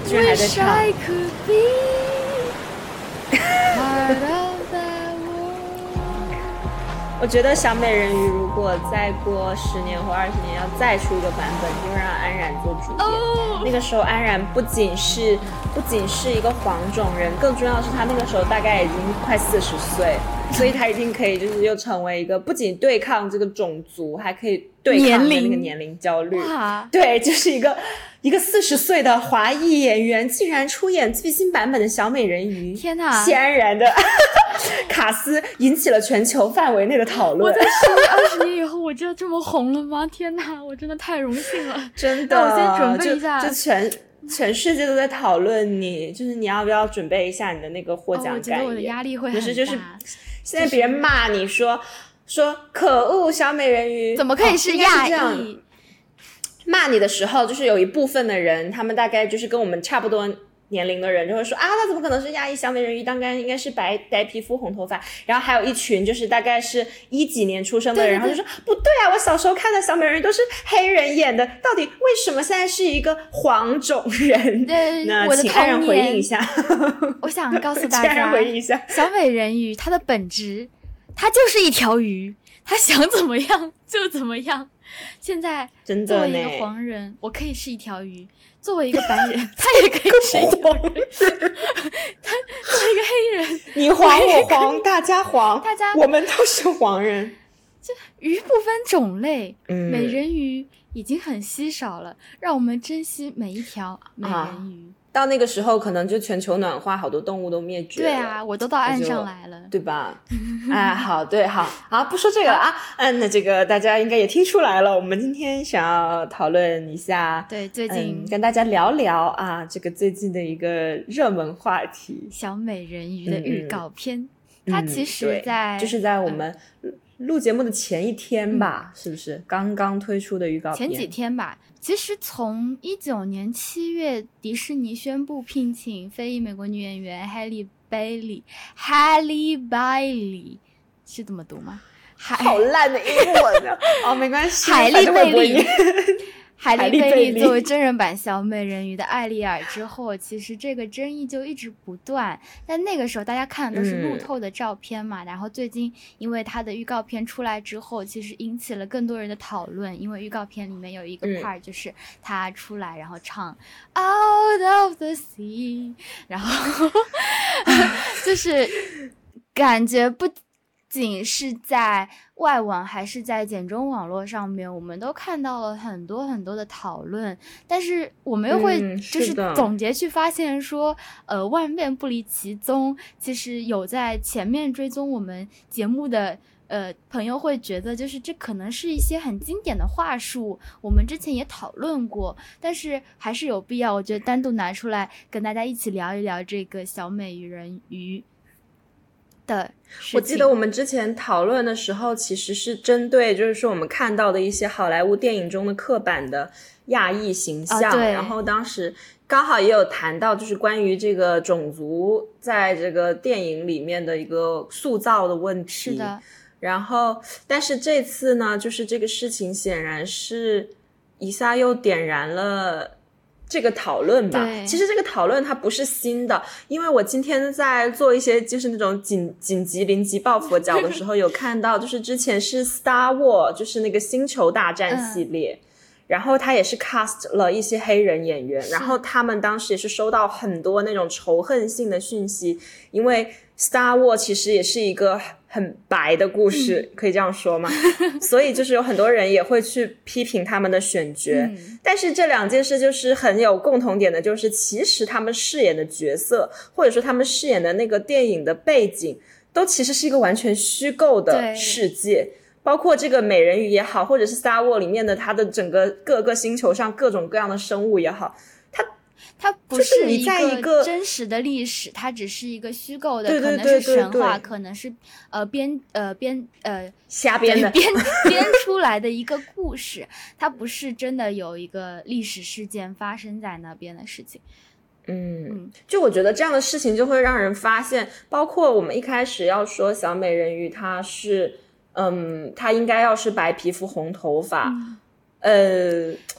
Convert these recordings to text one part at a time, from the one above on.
居然还在唱。 I could be part of that world。 我觉得小美人鱼如果再过10年或20年要再出一个版本，就让安然做主演。那个时候安然不仅是一个黄种人，更重要的是她那个时候大概已经快40岁，所以她一定可以就是又成为一个不仅对抗这个种族，还可以对抗那个年龄焦虑。对，就是一个40岁的华裔演员竟然出演最新版本的小美人鱼， 天哪！ 谢安然的卡斯引起了全球范围内的讨论。 我在10年20年以后我就这么红了吗？天哪，我真的太荣幸了。 真的， 那我先准备一下， 就全世界都在讨论你，就是你要不要准备一下你的那个获奖感言。 我觉得我的压力会很大。 就是现在别人骂你说可恶小美人鱼怎么可以是亚裔， 骂你的时候，就是有一部分的人，他们大概就是跟我们差不多年龄的人就会说啊，那怎么可能是亚裔小美人鱼？当然应该是白皮肤红头发。然后还有一群就是大概是10几年出生的人，然后就说不对啊，我小时候看的小美人鱼都是黑人演的，到底为什么现在是一个黄种人？ 对， 那我的请安然回应一下。 我想告诉大家， 回应一下， 小美人鱼它的本质，它就是一条鱼，它想怎么样就怎么样。现在作为一个黄人，我可以是一条鱼。作为一个白人，他也可以是一条人。他作为一个黑人， 你黄我黄，大家黄，我们都是黄人。 这鱼不分种类，美人鱼已经很稀少了，让我们珍惜每一条美人鱼。 到那个时候可能就全球暖化，好多动物都灭绝了。 对啊，我都到岸上来了， 对吧？哎，好，对，好，不说这个了啊。那这个大家应该也听出来了，我们今天想要讨论一下， 对，最近跟大家聊聊啊，这个最近的一个热门话题—— 小美人鱼的预告片。它其实就是在我们录节目的前一天吧，是不是刚刚推出的预告片？ 前几天吧。其实从19年7月，迪士尼宣布聘请非裔美国女演员 Halle Bailey 是这么读吗？ 好烂的英文啊！没关系， 海莉贝利。海莉贝利作为真人版小美人鱼的艾丽尔之后，其实这个争议就一直不断。但那个时候大家看的都是路透的照片嘛，然后最近因为他的预告片出来之后，其实引起了更多人的讨论。因为预告片里面有一个 part 就是他出来然后唱 Out of the Sea， 然后就是感觉不仅是在外网还是在简中网络上面，我们都看到了很多很多的讨论，但是我们又会就是总结去发现说，万变不离其宗。其实有在前面追踪我们节目的朋友会觉得，就是这可能是一些很经典的话术，我们之前也讨论过，但是还是有必要，我觉得单独拿出来跟大家一起聊一聊这个小美人鱼。 我记得我们之前讨论的时候，其实是针对就是说我们看到的一些好莱坞电影中的刻板的亚裔形象，然后当时刚好也有谈到就是关于这个种族在这个电影里面的一个塑造的问题。 是的。 然后但是这次呢，就是这个事情显然是一下又点燃了这个讨论吧。其实这个讨论它不是新的，因为我今天在做一些就是那种紧急临急抱佛脚的时候有看到，就是之前是 Star Wars 就是那个星球大战系列，然后他也是 cast 了一些黑人演员，然后他们当时也是收到很多那种仇恨性的讯息，因为 Star Wars 其实也是一个很白的故事，可以这样说吗？所以就是有很多人也会去批评他们的选角，但是这两件事就是很有共同点的，就是其实他们饰演的角色或者说他们饰演的那个电影的背景都其实是一个完全虚构的世界，包括这个美人鱼也好，或者是 Star Wars 里面的它的整个各个星球上各种各样的生物也好， 它不是一个真实的历史，它只是一个虚构的，可能是神话，可能是瞎编的编出来的一个故事，它不是真的有一个历史事件发生在那边的事情。 就我觉得这样的事情就会让人发现，包括我们一开始要说小美人鱼她是她应该要是白皮肤红头发，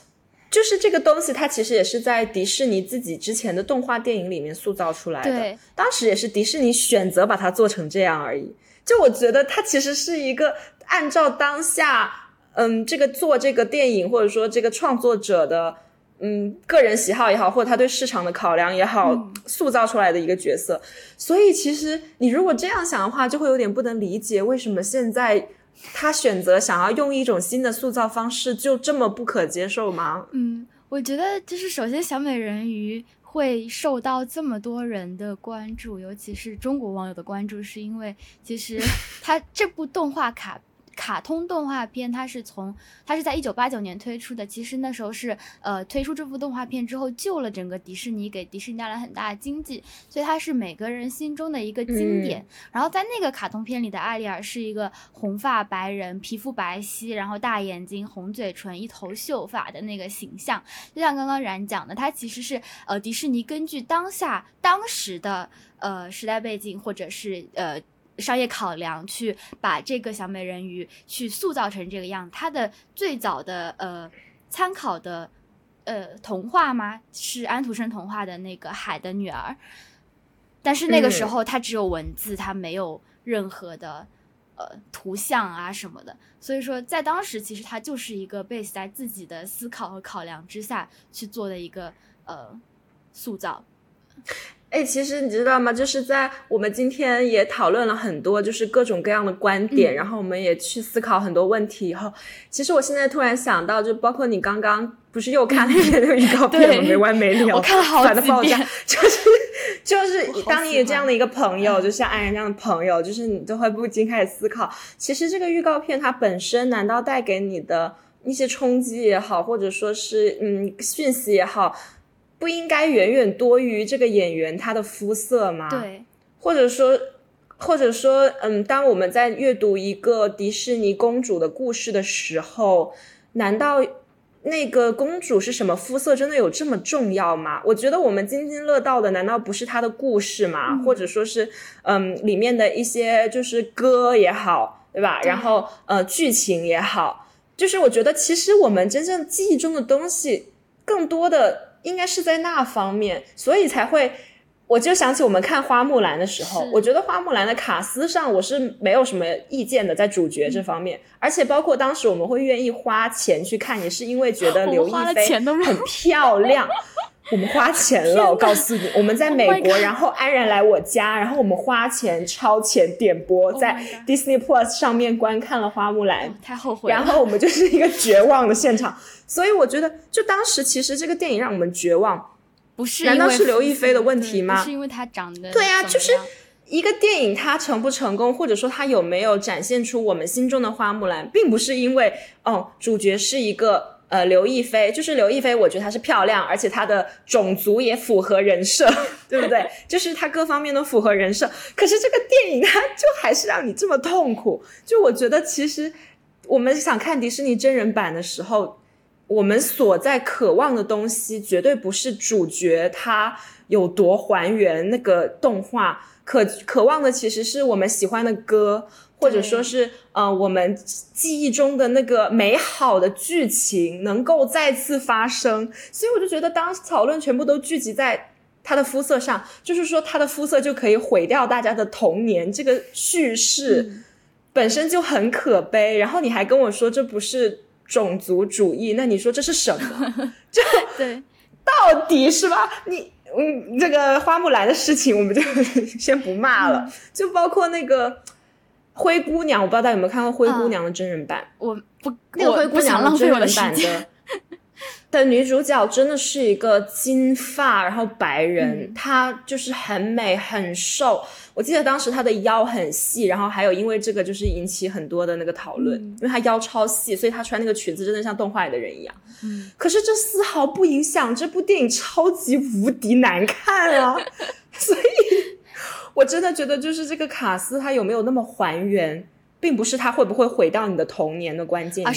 就是这个东西它其实也是在迪士尼自己之前的动画电影里面塑造出来的， 对， 当时也是迪士尼选择把它做成这样而已。就我觉得它其实是一个按照当下这个做这个电影或者说这个创作者的个人喜好也好，或者他对市场的考量也好，塑造出来的一个角色。所以其实你如果这样想的话，就会有点不能理解为什么现在他选择想要用一种新的塑造方式就这么不可接受吗？ 我觉得就是首先小美人鱼会受到这么多人的关注，尤其是中国网友的关注，是因为其实它这部动画卡通动画片它是在1989年推出的。其实那时候是推出这部动画片之后救了整个迪士尼，给迪士尼带来很大的经济，所以它是每个人心中的一个经典。然后在那个卡通片里的艾丽尔是一个红发白人，皮肤白皙，然后大眼睛红嘴唇，一头秀发的那个形象。就像刚刚然讲的，它其实是迪士尼根据当时的时代背景或者是商业考量去把这个小美人鱼去塑造成这个样。它的最早的参考的童话吗？是安徒生童话的那个海的女儿，但是那个时候它只有文字，它没有任何的图像啊什么的，所以说在当时其实它就是一个 base 在自己的思考和考量之下去做的一个塑造。 其实你知道吗，就是在我们今天也讨论了很多就是各种各样的观点，然后我们也去思考很多问题以后，其实我现在突然想到，就包括你刚刚不是又看了一遍那个预告片吗？没完没了， 我看了好几遍， 就是当你有这样的一个朋友，就像安然这样的朋友，就是你就会不禁开始思考，其实这个预告片它本身难道带给你的一些冲击也好，或者说是讯息也好，不应该远远多于这个演员他的肤色吗？ 对， 或者说当我们在阅读一个迪士尼公主的故事的时候，难道那个公主是什么肤色真的有这么重要吗？我觉得我们津津乐道的难道不是她的故事吗？或者说是里面的一些就是歌也好，对吧？然后剧情也好，就是我觉得其实我们真正记忆中的东西更多的应该是在那方面，所以才会我就想起我们看花木兰的时候，我觉得花木兰的卡司上我是没有什么意见的，在主角这方面，而且包括当时我们会愿意花钱去看，也是因为觉得刘亦菲很漂亮。我们花钱了，我告诉你，我们在美国，然后安然来我家，然后我们花钱超前点播，在 Disney Plus 上面观看了花木兰， 太后悔了。 然后我们就是一个绝望的现场，所以我觉得就当时其实这个电影让我们绝望， 不是难道是刘亦菲的问题吗？ 不是因为她长得对啊，就是一个电影它成不成功，或者说它有没有展现出我们心中的花木兰，并不是因为主角是一个刘亦菲，就是刘亦菲我觉得她是漂亮，而且她的种族也符合人设，对不对？就是她各方面都符合人设，可是这个电影它就还是让你这么痛苦。就我觉得其实我们想看迪士尼真人版的时候，我们所在渴望的东西绝对不是主角他有多还原那个动画，渴望的其实是我们喜欢的歌，或者说是我们记忆中的那个美好的剧情能够再次发生。所以我就觉得当讨论全部都聚集在他的肤色上，就是说他的肤色就可以毁掉大家的童年，这个叙事本身就很可悲，然后你还跟我说这不是种族主义，那你说这是什么？就对， 到底是吧？你这个花木兰的事情我们就先不骂了，就包括那个灰姑娘，我不知道大家有没有看过灰姑娘的真人版。 我不， 那个灰姑娘的真人版的女主角真的是一个金发然后白人，她就是很美很瘦，我记得当时她的腰很细，然后还有因为这个就是引起很多的那个讨论，因为她腰超细，所以她穿那个裙子真的像动画里的人一样。可是这丝毫不影响这部电影超级无敌难看啊所以我真的觉得就是这个卡斯它有没有那么还原，并不是它会不会毁掉你的童年的关键因素，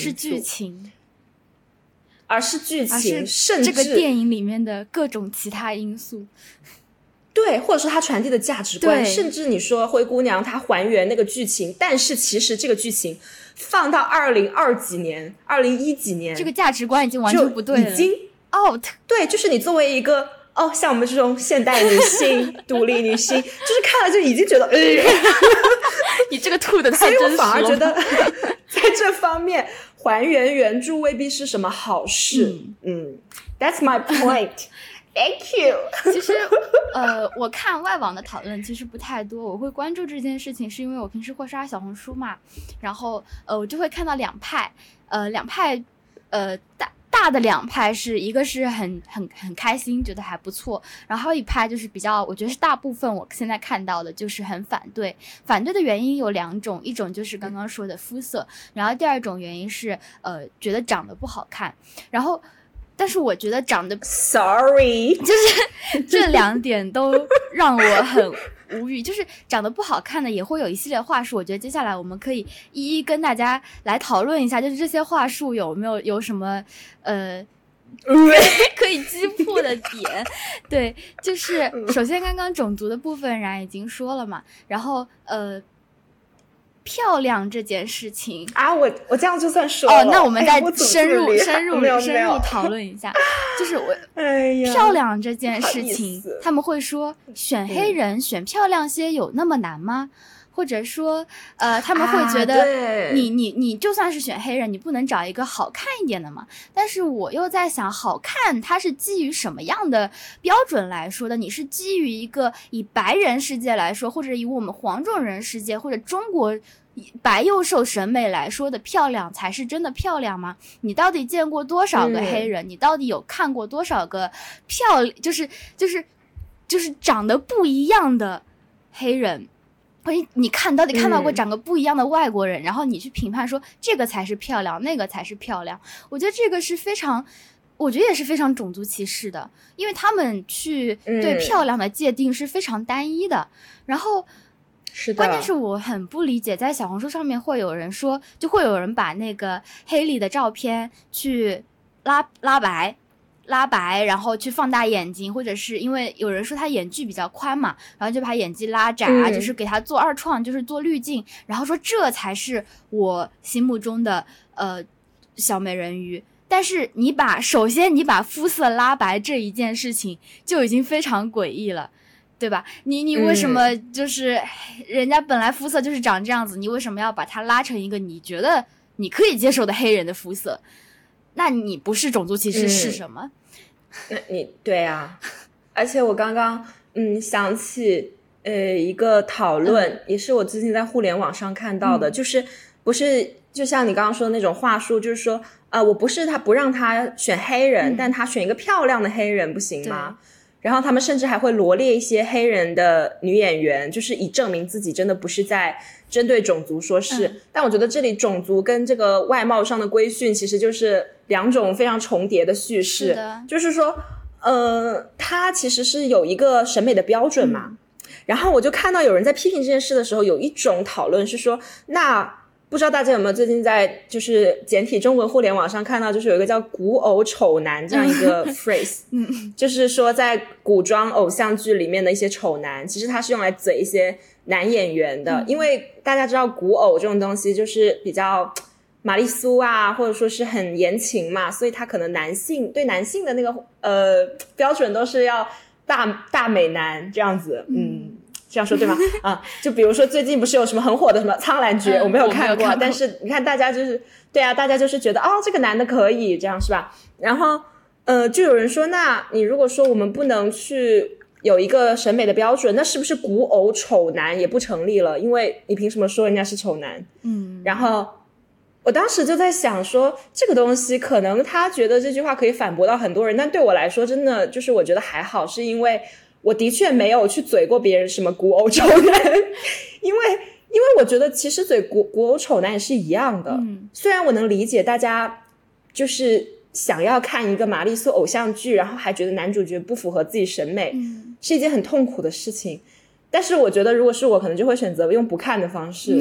而是剧情，甚至这个电影里面的各种其他因素， 对，或者说它传递的价值观，甚至你说灰姑娘她还原那个剧情，但是其实这个剧情放到2020几年、2010几年， 这个价值观已经完全不对了， 就已经 out。 对，就是你作为一个像我们这种现代女性独立女性，就是看了就已经觉得你这个吐的太真实了。 所以我反而觉得在这方面还原原著未必是什么好事。That's my point. Thank you. 其实我看外网的讨论其实不太多，我会关注这件事情是因为我平时会刷小红书嘛，然后我就会看到两派大的两派，是一个是很开心觉得还不错，然后还有一派就是比较，我觉得是大部分我现在看到的就是很反对的原因有两种，一种就是刚刚说的肤色，然后第二种原因是觉得长得不好看，然后但是我觉得长得 sorry 就是这两点都让我很无语，就是长得不好看的也会有一系列话术，我觉得接下来我们可以一一跟大家来讨论一下，就是这些话术有什么可以击破的点。对，就是首先刚刚种族的部分然已经说了嘛，然后漂亮这件事情啊，我这样就算说了那我们再深入讨论一下。就是漂亮这件事情，他们会说选黑人选漂亮些有那么难吗？或者说他们会觉得你就算是选黑人，你不能找一个好看一点的吗？但是我又在想，好看它是基于什么样的标准来说的？你是基于一个以白人世界来说，或者以我们黄种人世界或者中国白幼瘦审美来说的漂亮才是真的漂亮吗？你到底见过多少个黑人？你到底有看过多少个就是长得不一样的黑人？你到底看到过长得不一样的外国人，然后你去评判说这个才是漂亮，那个才是漂亮，我觉得这个是我觉得也是非常种族歧视的，因为他们去对漂亮的界定是非常单一的。然后是的， 关键是我很不理解，在小红书上面会有人说，就会有人把那个黑莉的照片去拉白，然后去放大眼睛，或者是因为有人说他眼距比较宽嘛，然后就把眼睛拉窄就是给他做二创，就是做滤镜，然后说这才是我心目中的小美人鱼。但是首先你把肤色拉白这一件事情就已经非常诡异了，对吧？你为什么就是人家本来肤色就是长这样子，你为什么要把它拉成一个你觉得你可以接受的黑人的肤色？那你不是种族歧视是什么？ 对啊，而且我刚刚想起一个讨论，也是我最近在互联网上看到的，就是不是就像你刚刚说的那种话术，就是说我不让他选黑人，但他选一个漂亮的黑人不行吗？然后他们甚至还会罗列一些黑人的女演员，就是以证明自己真的不是在针对种族说事。但我觉得这里种族跟这个外貌上的规训其实就是两种非常重叠的叙事。 是的， 就是说它其实是有一个审美的标准嘛。然后我就看到有人在批评这件事的时候，有一种讨论是说，那不知道大家有没有最近在就是简体中文互联网上看到，就是有一个叫古偶丑男这样一个 phrase 就是说在古装偶像剧里面的一些丑男，其实它是用来嘴一些男演员的。因为大家知道古偶这种东西就是比较玛丽苏啊，或者说是很言情嘛，所以他可能对男性的那个标准都是要大美男这样子。这样说对吗？就比如说最近不是有什么很火的什么苍兰诀，我没有看过，但是你看大家就是对啊，大家就是觉得这个男的可以这样是吧？然后就有人说，那你如果说我们不能去有一个审美的标准，那是不是古偶丑男也不成立了？因为你凭什么说人家是丑男？然后我当时就在想说，这个东西可能他觉得这句话可以反驳到很多人，但对我来说真的就是我觉得还好，是因为我的确没有去嘴过别人什么古偶丑男因为我觉得其实嘴古偶丑男也是一样的。虽然我能理解大家就是想要看一个玛丽苏偶像剧，然后还觉得男主角不符合自己审美，是一件很痛苦的事情，但是我觉得如果是我可能就会选择用不看的方式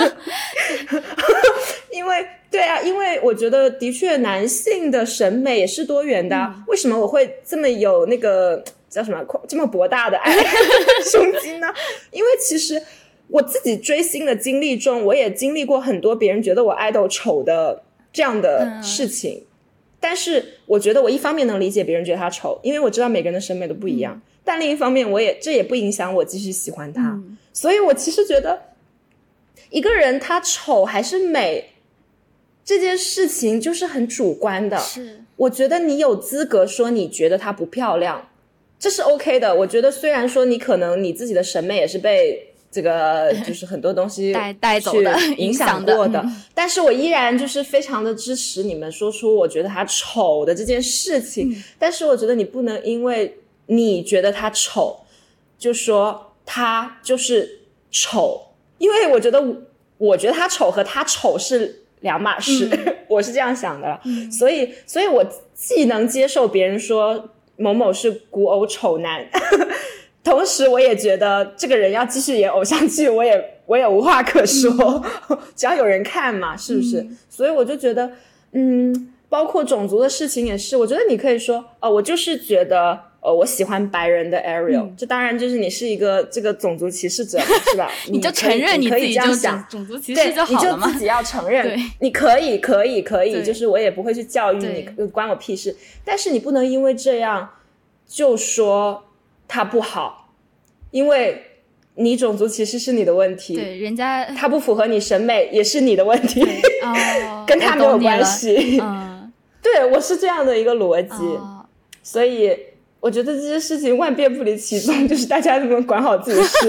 因为我觉得的确男性的审美也是多元的。为什么我会这么有那个叫什么这么博大的爱胸襟呢？因为其实我自己追星的经历中，我也经历过很多别人觉得我爱豆丑的这样的事情。 但是我觉得我一方面能理解别人觉得他丑，因为我知道每个人的审美都不一样，但另一方面这也不影响我继续喜欢他。所以我其实觉得一个人他丑还是美这件事情就是很主观的， 是我觉得你有资格说你觉得她不漂亮，这是 OK 的。我觉得虽然说你可能你自己的审美也是被这个就是很多东西带走的影响过的，但是我依然就是非常的支持你们说出我觉得她丑的这件事情。但是我觉得你不能因为你觉得她丑就说她就是丑，因为我觉得她丑和她丑是两码事，我是这样想的。所以我既能接受别人说某某是古偶丑男同时我也觉得这个人要继续演偶像剧我也无话可说，只要有人看嘛，是不是？所以我就觉得包括种族的事情也是，我觉得你可以说我就是觉得我喜欢白人的 Ariel，这当然就是你是一个这个种族歧视者是吧？ 你就承认你自己就种族歧视就好了吗？ 你就自己要承认，你可以就是我也不会去教育你，关我屁事。但是你不能因为这样就说他不好，因为你种族歧视是你的问题， 对，人家他不符合你审美也是你的问题，跟他没有关系。对，我是这样的一个逻辑，所以我觉得这些事情万变不离其宗，就是大家能不能管好自己的事。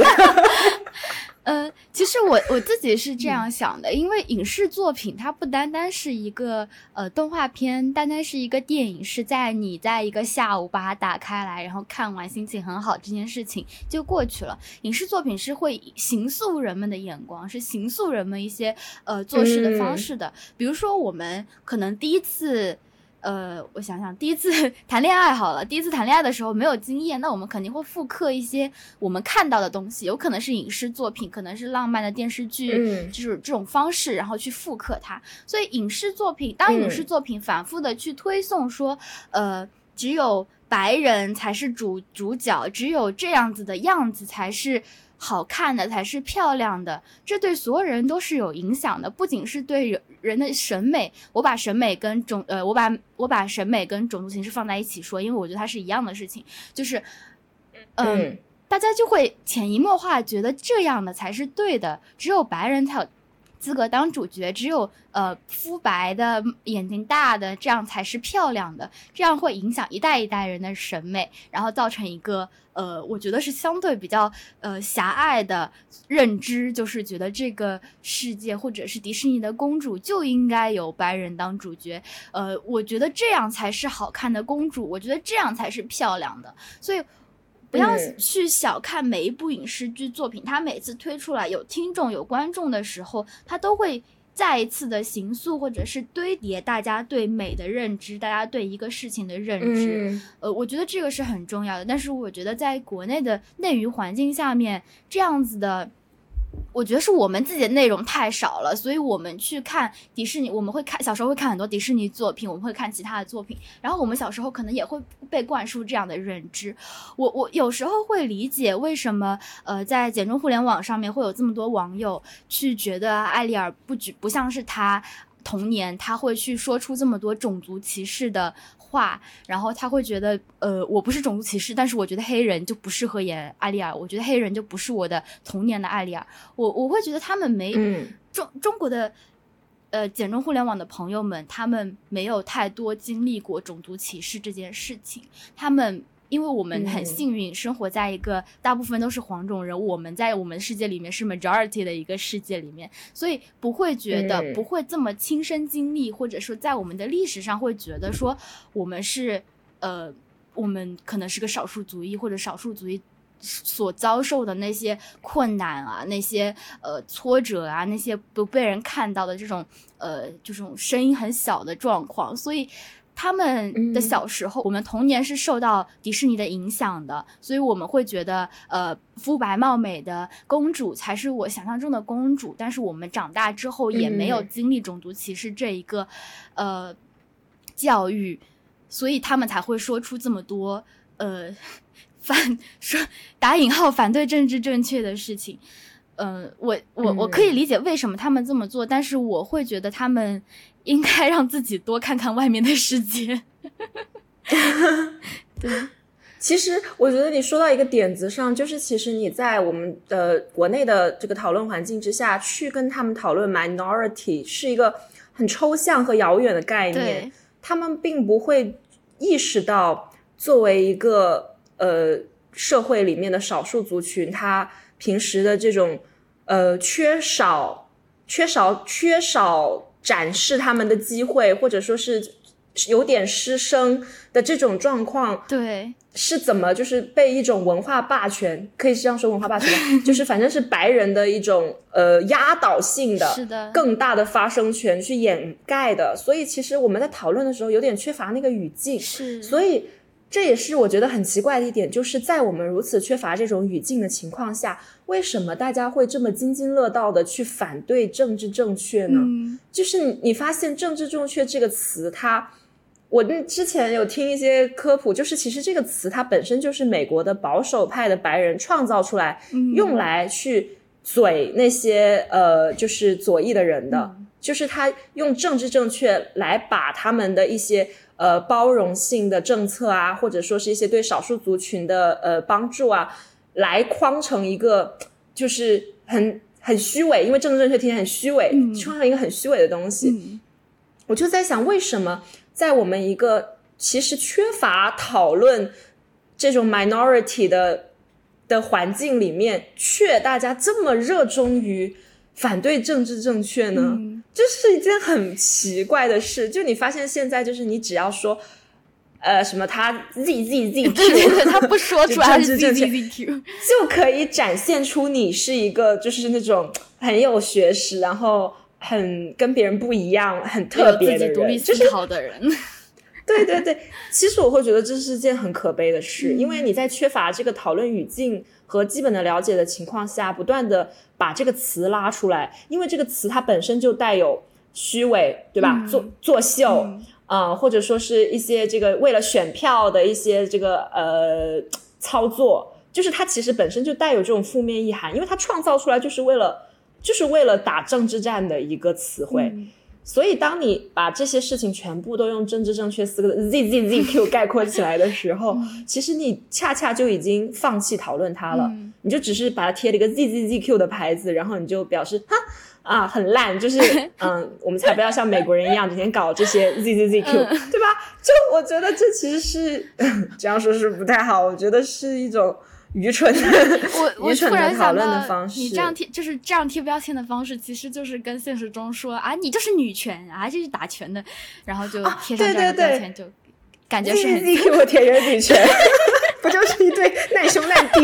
其实我自己是这样想的，因为影视作品它不单单是一个动画片，单单是一个电影，是你在一个下午把它打开来，然后看完心情很好，这件事情就过去了。影视作品是会形塑人们的眼光，是形塑人们一些做事的方式的。比如说我们可能第一次我想想，第一次谈恋爱好了，第一次谈恋爱的时候没有经验，那我们肯定会复刻一些我们看到的东西，有可能是影视作品，可能是浪漫的电视剧，就是这种方式，然后去复刻它。所以影视作品，当影视作品反复的去推送说，只有白人才是主角，只有这样子的样子才是好看的，才是漂亮的，这对所有人都是有影响的，不仅是对人的审美。我把审美跟我把审美跟种族歧视放在一起说，因为我觉得它是一样的事情，就是大家就会潜移默化觉得这样的才是对的，只有白人才有资格当主角，只有肤白的眼睛大的这样才是漂亮的，这样会影响一代一代人的审美，然后造成一个我觉得是相对比较狭隘的认知，就是觉得这个世界或者是迪士尼的公主就应该有白人当主角，我觉得这样才是好看的公主，我觉得这样才是漂亮的。所以不要去小看每一部影视剧作品，它每次推出来有听众有观众的时候，它都会再一次的形塑或者是堆叠大家对美的认知，大家对一个事情的认知。我觉得这个是很重要的。但是我觉得在国内的内娱环境下面，这样子的我觉得是我们自己的内容太少了，所以我们去看迪士尼，我们会看小时候会看很多迪士尼作品，我们会看其他的作品，然后我们小时候可能也会被灌输这样的认知。我有时候会理解为什么在简中互联网上面会有这么多网友去觉得艾丽尔不像是他童年他会去说出这么多种族歧视的话，然后他会觉得我不是种族歧视，但是我觉得黑人就不适合演艾丽尔，我觉得黑人就不是我的童年的艾丽尔。我会觉得他们没中国的简中互联网的朋友们，他们没有太多经历过种族歧视这件事情，他们因为我们很幸运生活在一个大部分都是黄种人，我们在我们世界里面是 majority 的一个世界里面，所以不会觉得不会这么亲身经历，或者说在我们的历史上会觉得说我们是我们可能是个少数族裔，或者少数族裔所遭受的那些困难啊，那些挫折啊，那些不被人看到的这种这种声音很小的状况，所以他们的小时候我们童年是受到迪士尼的影响的，所以我们会觉得肤白貌美的公主才是我想象中的公主，但是我们长大之后也没有经历种族歧视这一个教育，所以他们才会说出这么多说打引号反对政治正确的事情。 我可以理解为什么他们这么做，但是我会觉得他们应该让自己多看看外面的世界。对， 其实我觉得你说到一个点子上，就是其实你在我们的国内的这个讨论环境之下去跟他们讨论 minority 是一个很抽象和遥远的概念，他们并不会意识到作为一个社会里面的少数族群，他平时的这种缺少展示他们的机会，或者说是有点失声的这种状况， 对， 是怎么就是被一种文化霸权，可以这样说文化霸权吗？就是反正是白人的一种压倒性的是的更大的发声权去掩盖的，所以其实我们在讨论的时候有点缺乏那个语境， 是， 所以这也是我觉得很奇怪的一点，就是在我们如此缺乏这种语境的情况下，为什么大家会这么津津乐道的去反对政治正确呢？就是你发现政治正确这个词，我之前有听一些科普，就是其实这个词它本身就是美国的保守派的白人创造出来，用来去嘴那些就是左翼的人的，就是他用政治正确来把他们的一些包容性的政策啊，或者说是一些对少数族群的帮助啊，来框成一个就是很虚伪，因为政治正确听起来很虚伪，框成一个很虚伪的东西。我就在想，为什么在我们一个其实缺乏讨论这种 minority 的环境里面，却大家这么热衷于反对政治正确呢？这是一件很奇怪的事。就你发现现在就是你只要说什么他 ZZZQ 对，他不说出来是 ZZZQ 就可以展现出你是一个就是那种很有学识，然后很跟别人不一样很特别的人， 有自己独立思考的人、就是、 对对对，其实我会觉得这是件很可悲的事、因为你在缺乏这个讨论语境和基本的了解的情况下，不断的把这个词拉出来，因为这个词它本身就带有虚伪，对吧？作秀或者说是一些这个为了选票的一些这个操作，就是它其实本身就带有这种负面意涵，因为它创造出来就是为了打政治战的一个词汇、所以当你把这些事情全部都用政治正确4个字 ZZZQ 概括起来的时候其实你恰恰就已经放弃讨论它了、你就只是把它贴了一个 ZZZQ 的牌子，然后你就表示很烂，就是我们才不要像美国人一样整天搞这些 ZZZQ 对吧？就我觉得这其实是这样说是不太好，我觉得是一种愚蠢的我突然讨论的方式。 你这样贴就是这样贴标签的方式，其实就是跟现实中说你就是女权就是打拳的，然后就贴上这样的标签，就感觉是很给我贴人女权不就是一堆难兄难弟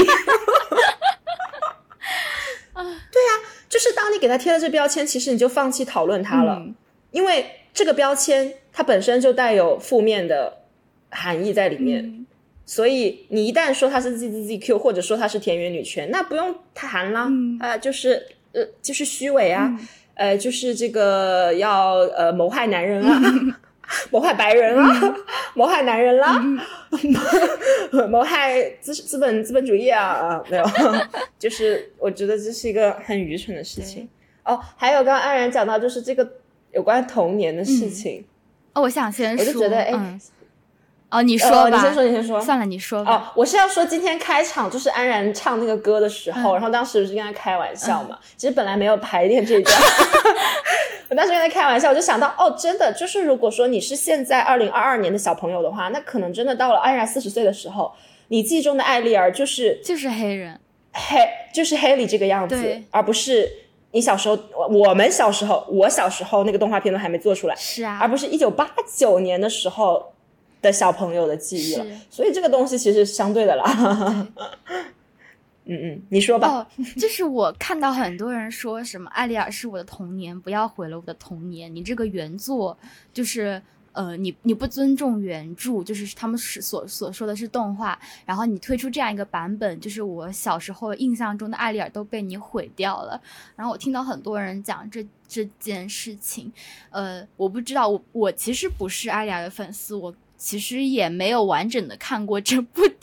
对啊，就是当你给他贴了这标签，其实你就放弃讨论它了、因为这个标签它本身就带有负面的含义在里面、所以你一旦说它是 ZZZQ 或者说它是田园女权，那不用谈了、就是虚伪啊、就是这个要谋害男人啊谋害白人啊、谋害男人啦、谋害资本主义啊没有就是我觉得这是一个很愚蠢的事情还有刚刚安然讲到就是这个有关童年的事情、 我想先说， 我就觉得你说吧、 你先说算了你说吧。 我是要说今天开场就是安然唱那个歌的时候、然后当时我是跟他开玩笑嘛、其实本来没有排练这一段我当时跟他开玩笑，我就想到真的就是如果说你是现在2022年的小朋友的话，那可能真的到了安然40岁的时候，你记忆中的艾丽儿就是黑人就是黑里这个样子，而不是你小时候我小时候那个动画片都还没做出来， 是啊， 而不是1989年的时候的小朋友的记忆了，所以这个东西其实是相对的啦你说吧。 就是我看到很多人说什么艾丽尔是我的童年，不要毁了我的童年，你这个原作就是你不尊重原著，就是他们所说的是动画，然后你推出这样一个版本，就是我小时候印象中的艾丽尔都被你毁掉了。然后我听到很多人讲这件事情，我不知道，我其实不是艾丽尔的粉丝，我其实也没有完整的看过这部电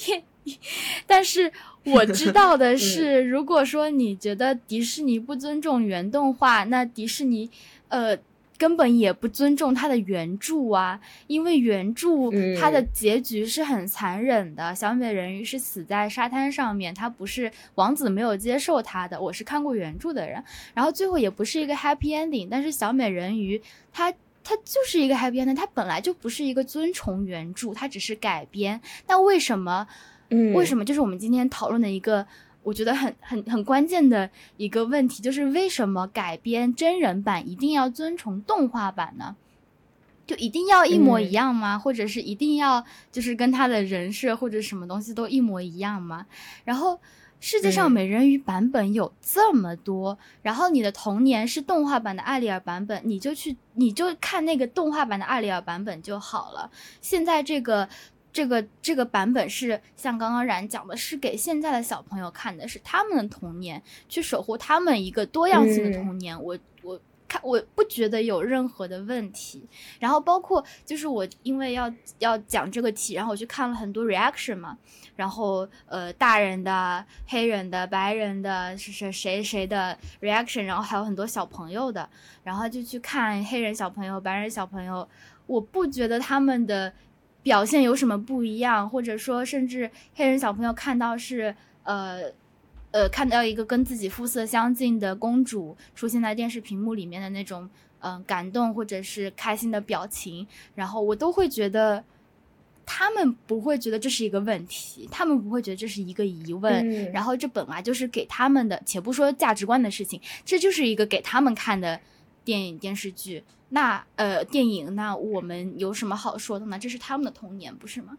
但是我知道的是如果说你觉得迪士尼不尊重原动画，那迪士尼根本也不尊重它的原著啊，因为原著它的结局是很残忍的，小美人鱼是死在沙滩上面，它不是王子没有接受它的，我是看过原著的人，然后最后也不是一个 happy ending， 但是小美人鱼它就是一个 happy ending， 它本来就不是一个遵从原著，它只是改编，但为什么就是我们今天讨论的一个我觉得很关键的一个问题，就是为什么改编真人版一定要遵从动画版呢？就一定要一模一样吗？或者是一定要就是跟他的人设或者什么东西都一模一样吗？然后世界上美人鱼版本有这么多，然后你的童年是动画版的艾丽尔版本，你就看那个动画版的艾丽尔版本就好了。现在这个版本是像刚刚冉讲的，是给现在的小朋友看的，是他们的童年，去守护他们一个多样性的童年。我不觉得有任何的问题。然后包括就是我因为要讲这个题，然后我去看了很多 reaction 嘛，然后大人的、黑人的、白人的，是谁的 reaction， 然后还有很多小朋友的，然后就去看黑人小朋友、白人小朋友，我不觉得他们的表现有什么不一样，或者说甚至黑人小朋友看到是看到一个跟自己肤色相近的公主出现在电视屏幕里面的那种感动或者是开心的表情，然后我都会觉得他们不会觉得这是一个问题，他们不会觉得这是一个疑问，然后这本来就是给他们的，且不说价值观的事情，这就是一个给他们看的电影电视剧，那电影，那我们有什么好说的呢？这是他们的童年，不是吗？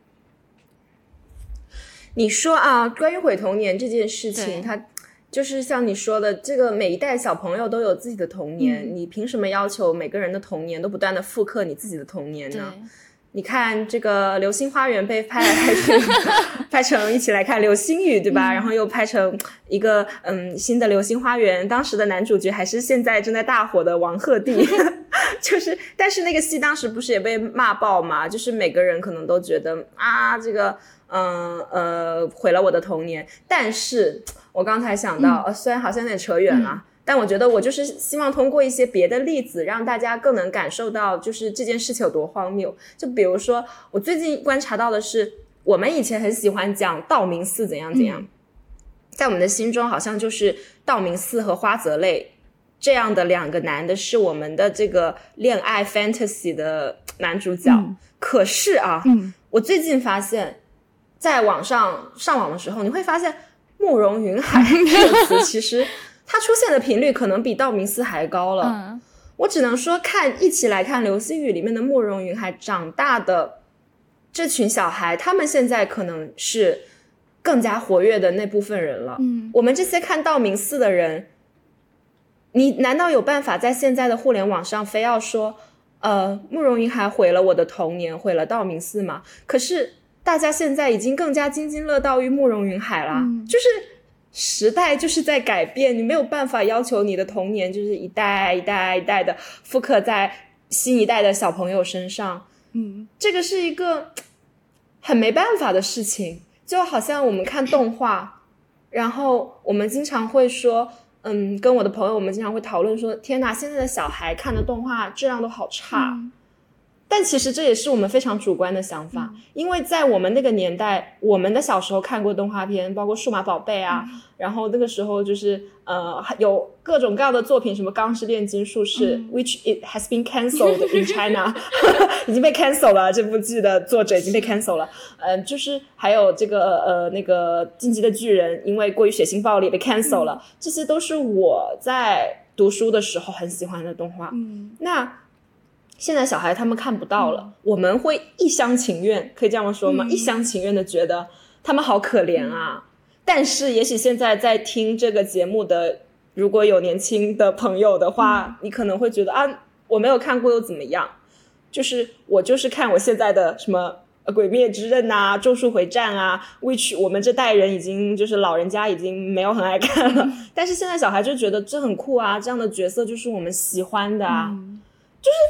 你说啊，关于毁童年这件事情，它就是像你说的，这个每一代小朋友都有自己的童年，你凭什么要求每个人的童年都不断的复刻你自己的童年呢？你看这个流星花园被拍成一起来看流星雨，对吧？然后又拍成一个新的流星花园，当时的男主角还是现在正在大火的王鹤棣就是但是那个戏当时不是也被骂爆嘛，就是每个人可能都觉得啊这个毁了我的童年。但是我刚才想到虽然好像有点扯远了，但我觉得我就是希望通过一些别的例子让大家更能感受到就是这件事情有多荒谬。就比如说我最近观察到的是，我们以前很喜欢讲道明寺怎样怎样，在我们的心中好像就是道明寺和花泽类这样的两个男的是我们的这个恋爱 fantasy 的男主角，可是啊我最近发现在上网的时候，你会发现慕容云海这个词其实它出现的频率可能比道明寺还高了。我只能说一起来看流星雨里面的慕容云海长大的这群小孩，他们现在可能是更加活跃的那部分人了。我们这些看道明寺的人，你难道有办法在现在的互联网上非要说慕容云海毁了我的童年，毁了道明寺吗？可是大家现在已经更加津津乐道于慕容云海了，就是时代就是在改变，你没有办法要求你的童年就是一代一代一代的复刻在新一代的小朋友身上。这个是一个很没办法的事情。就好像我们看动画，然后我们经常会说跟我的朋友我们经常会讨论说，天哪，现在的小孩看的动画质量都好差。但其实这也是我们非常主观的想法，因为在我们那个年代，我们的小时候看过动画片，包括数码宝贝啊，然后那个时候就是有各种各样的作品，什么钢之炼金术士which it has been cancelled in China 已经被 cancel 了，这部剧的作者已经被 cancel 了。就是还有这个那个进击的巨人因为过于血腥暴力被 cancel 了。这些都是我在读书的时候很喜欢的动画。那现在小孩他们看不到了，我们会一厢情愿，可以这样说吗？一厢情愿的觉得他们好可怜啊。但是也许现在在听这个节目的如果有年轻的朋友的话，你可能会觉得啊，我没有看过又怎么样，就是我就是看我现在的什么鬼灭之刃啊，咒术回战啊 which 我们这代人已经就是老人家已经没有很爱看了，但是现在小孩就觉得这很酷啊，这样的角色就是我们喜欢的啊。就是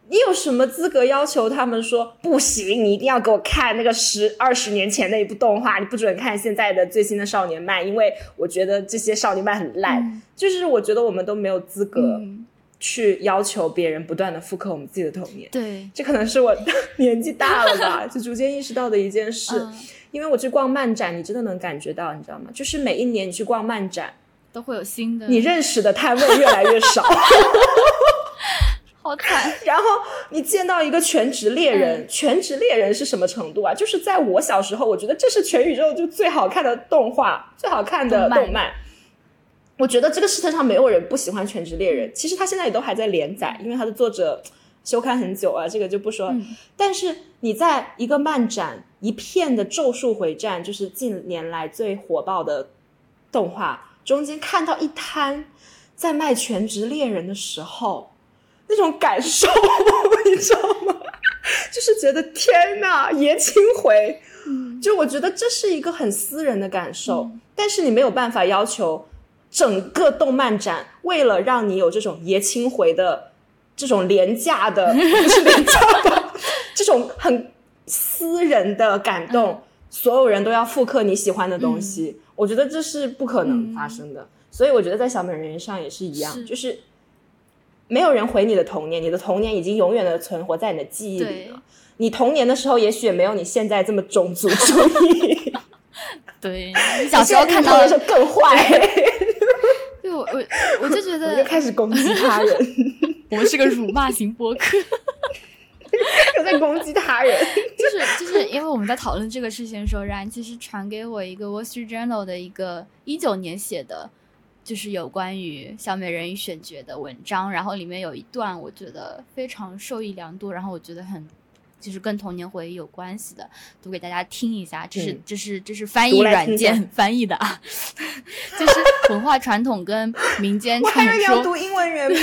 你有什么资格要求他们说不行，你一定要给我看那个10-20年前的一部动画，你不准看现在的最新的少年漫，因为我觉得这些少年漫很烂。就是我觉得我们都没有资格去要求别人不断的复刻我们自己的童年。 对， 这可能是我年纪大了吧就逐渐意识到的一件事。因为我去逛漫展，你真的能感觉到，你知道吗？就是每一年你去逛漫展都会有新的， 你认识的摊位越来越少好惨。 然后你见到一个全职猎人，全职猎人是什么程度啊？就是在我小时候，我觉得这是全宇宙就最好看的动画，最好看的动漫。我觉得这个世界上没有人不喜欢全职猎人，其实他现在也都还在连载，因为他的作者休刊很久啊，这个就不说。但是你在一个漫展一片的咒术回战，就是近年来最火爆的动画中间看到一摊在卖全职猎人的时候，那种感受你知道吗？就是觉得天哪，爷青回。就我觉得这是一个很私人的感受，但是你没有办法要求整个动漫展为了让你有这种爷青回的这种廉价的不是廉价的这种很私人的感动，所有人都要复刻你喜欢的东西。我觉得这是不可能发生的。所以我觉得在小美人鱼上也是一样，就是没有人回你的童年，你的童年已经永远的存活在你的记忆里了。你童年的时候也许也没有你现在这么种族主义对，你小时候看到的时候更坏对，我就觉得我就开始攻击他人我们是个辱骂型播客又在攻击他人就是因为我们在讨论这个事情的时候，然其实传给我一个 Wall Street Journal 的一个19年写的就是有关于小美人鱼选角的文章，然后里面有一段我觉得非常受益良多，然后我觉得很就是跟童年回忆有关系的，读给大家听一下。这是翻译软件翻译的啊就是文化传统跟民间传说。 我还以为你要读英文原版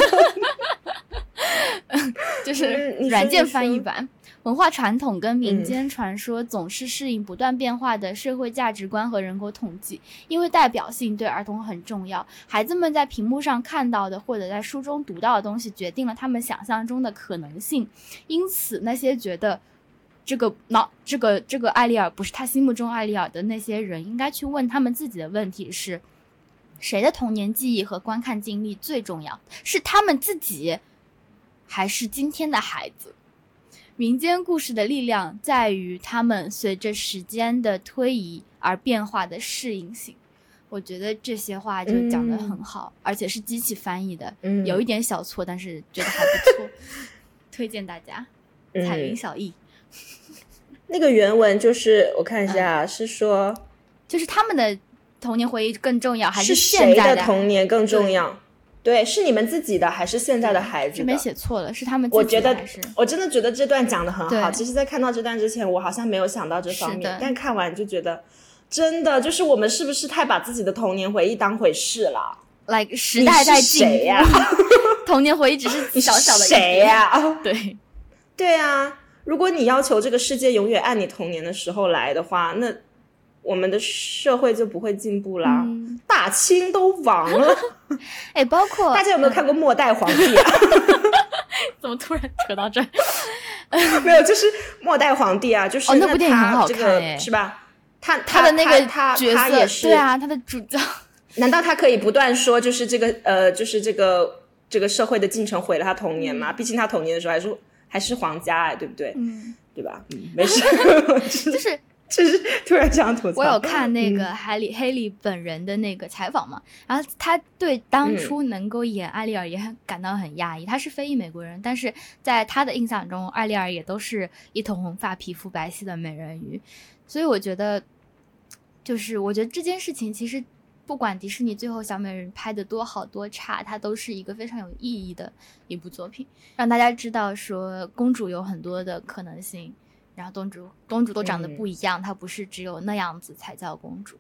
就是软件翻译版。文化传统跟民间传说总是适应不断变化的社会价值观和人口统计，因为代表性对儿童很重要，孩子们在屏幕上看到的或者在书中读到的东西决定了他们想象中的可能性，因此那些觉得这个艾丽尔不是他心目中艾丽尔的那些人，应该去问他们自己的问题是，谁的童年记忆和观看经历最重要？是他们自己，还是今天的孩子？民间故事的力量在于他们随着时间的推移而变化的适应性。我觉得这些话就讲得很好，而且是机器翻译的，有一点小错，但是觉得还不错推荐大家彩云小艺那个原文就是我看一下，是说就是他们的童年回忆更重要，还是现在谁的童年更重要？对，是你们自己的还是现在的孩子的？ 是没写错了，是他们自己的还是？ 我真的觉得这段讲得很好。其实在看到这段之前我好像没有想到这方面，但看完就觉得真的就是我们是不是太把自己的童年回忆当回事了？ like 时代在进步， 谁呀童年回忆只是小小的一点。 谁呀对啊，如果你要求这个世界永远按你童年的时候来的话，那我们的社会就不会进步啦。大清都亡了包括大家有没有看过末代皇帝啊怎么突然扯到这儿没有，就是末代皇帝啊，就是那部电影很好看是吧？ 他的那个角色他也是， 对啊，他的主角难道他可以不断说就是这个就是这个社会的进程毁了他童年吗？毕竟他童年的时候还是皇家对不对？对吧？没事就是突然这样吐槽。 我有看那个黑莉本人的那个采访嘛，然后他对当初能够演艾丽尔也感到很讶异。他是非裔美国人，但是在他的印象中，艾丽尔也都是一头红发、皮肤白皙的美人鱼。所以我觉得这件事情其实不管迪士尼最后小美人鱼拍的多好多差，它都是一个非常有意义的一部作品，让大家知道说公主有很多的可能性，然后公主都长得不一样，她不是只有那样子才叫公主。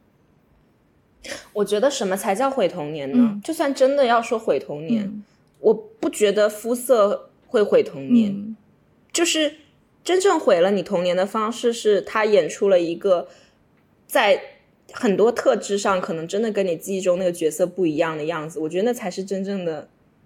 我觉得什么才叫毁童年呢？就算真的要说毁童年，我不觉得肤色会毁童年，就是真正毁了你童年的方式是他演出了一个在很多特质上可能真的跟你记忆中那个角色不一样的样子。我觉得那才是真正的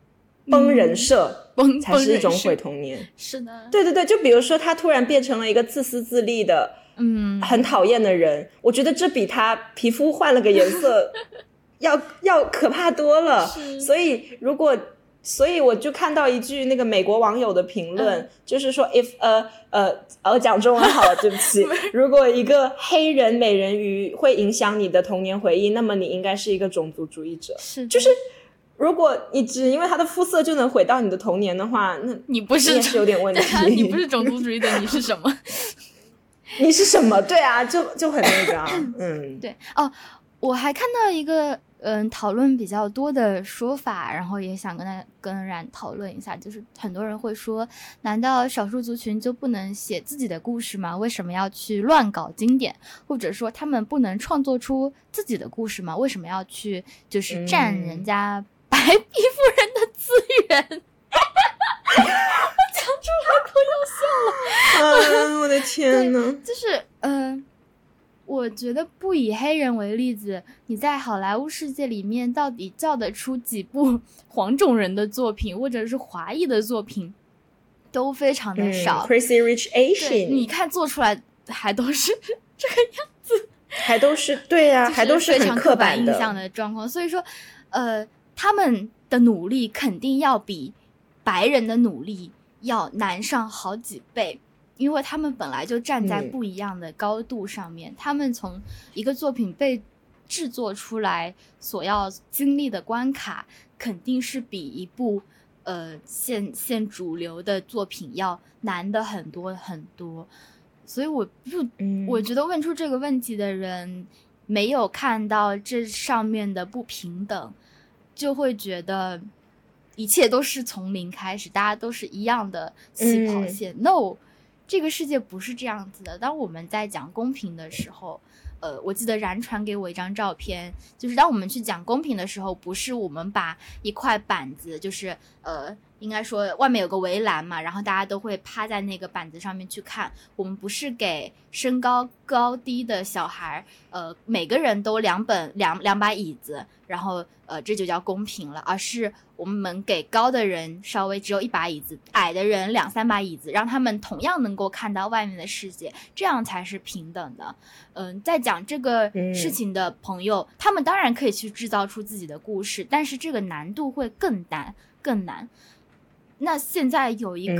崩人设才是一种毁童年。 是的， 对对对，就比如说他突然变成了一个自私自利的很讨厌的人，我觉得这比他皮肤换了个颜色要可怕多了。所以我就看到一句那个美国网友的评论，就是说 if 我讲中文好了，对不起如果一个黑人美人鱼会影响你的童年回忆，那么你应该是一个种族主义者。就是如果你只因为他的肤色就能毁到你的童年的话，那你不是也是有点问题你不是种族主义的你是什么你是什么？对啊，就很那个对哦，我还看到一个讨论比较多的说法，然后也想跟冉讨论一下，就是很多人会说，难道少数族群就不能写自己的故事吗？为什么要去乱搞经典？或者说他们不能创作出自己的故事吗？为什么要去就是占人家白皮肤人的资源？讲出来都要笑了。 我的天哪！ 就是我觉得不以黑人为例子，你在好莱坞世界里面到底叫得出几部黄种人的作品或者是华裔的作品都非常的少。 Crazy Rich Asian 你看做出来还都是这个样子， 还都是对啊，还都是很刻板印象的状况。所以说他们的努力肯定要比白人的努力要难上好几倍，因为他们本来就站在不一样的高度上面，他们从一个作品被制作出来所要经历的关卡肯定是比一部现主流的作品要难的很多很多。所以我觉得问出这个问题的人没有看到这上面的不平等，就会觉得一切都是从零开始，大家都是一样的起跑线。No，这个世界不是这样子的。当我们在讲公平的时候，我记得冉传给我一张照片，就是当我们去讲公平的时候，不是我们把一块板子，就是应该说外面有个围栏嘛，然后大家都会趴在那个板子上面去看。我们不是给身高高低的小孩，每个人都两把椅子，然后这就叫公平了，而是我们给高的人稍微只有一把椅子，矮的人2-3把椅子，让他们同样能够看到外面的世界，这样才是平等的。在讲这个事情的朋友，他们当然可以去制造出自己的故事，但是这个难度会更难。那现在有一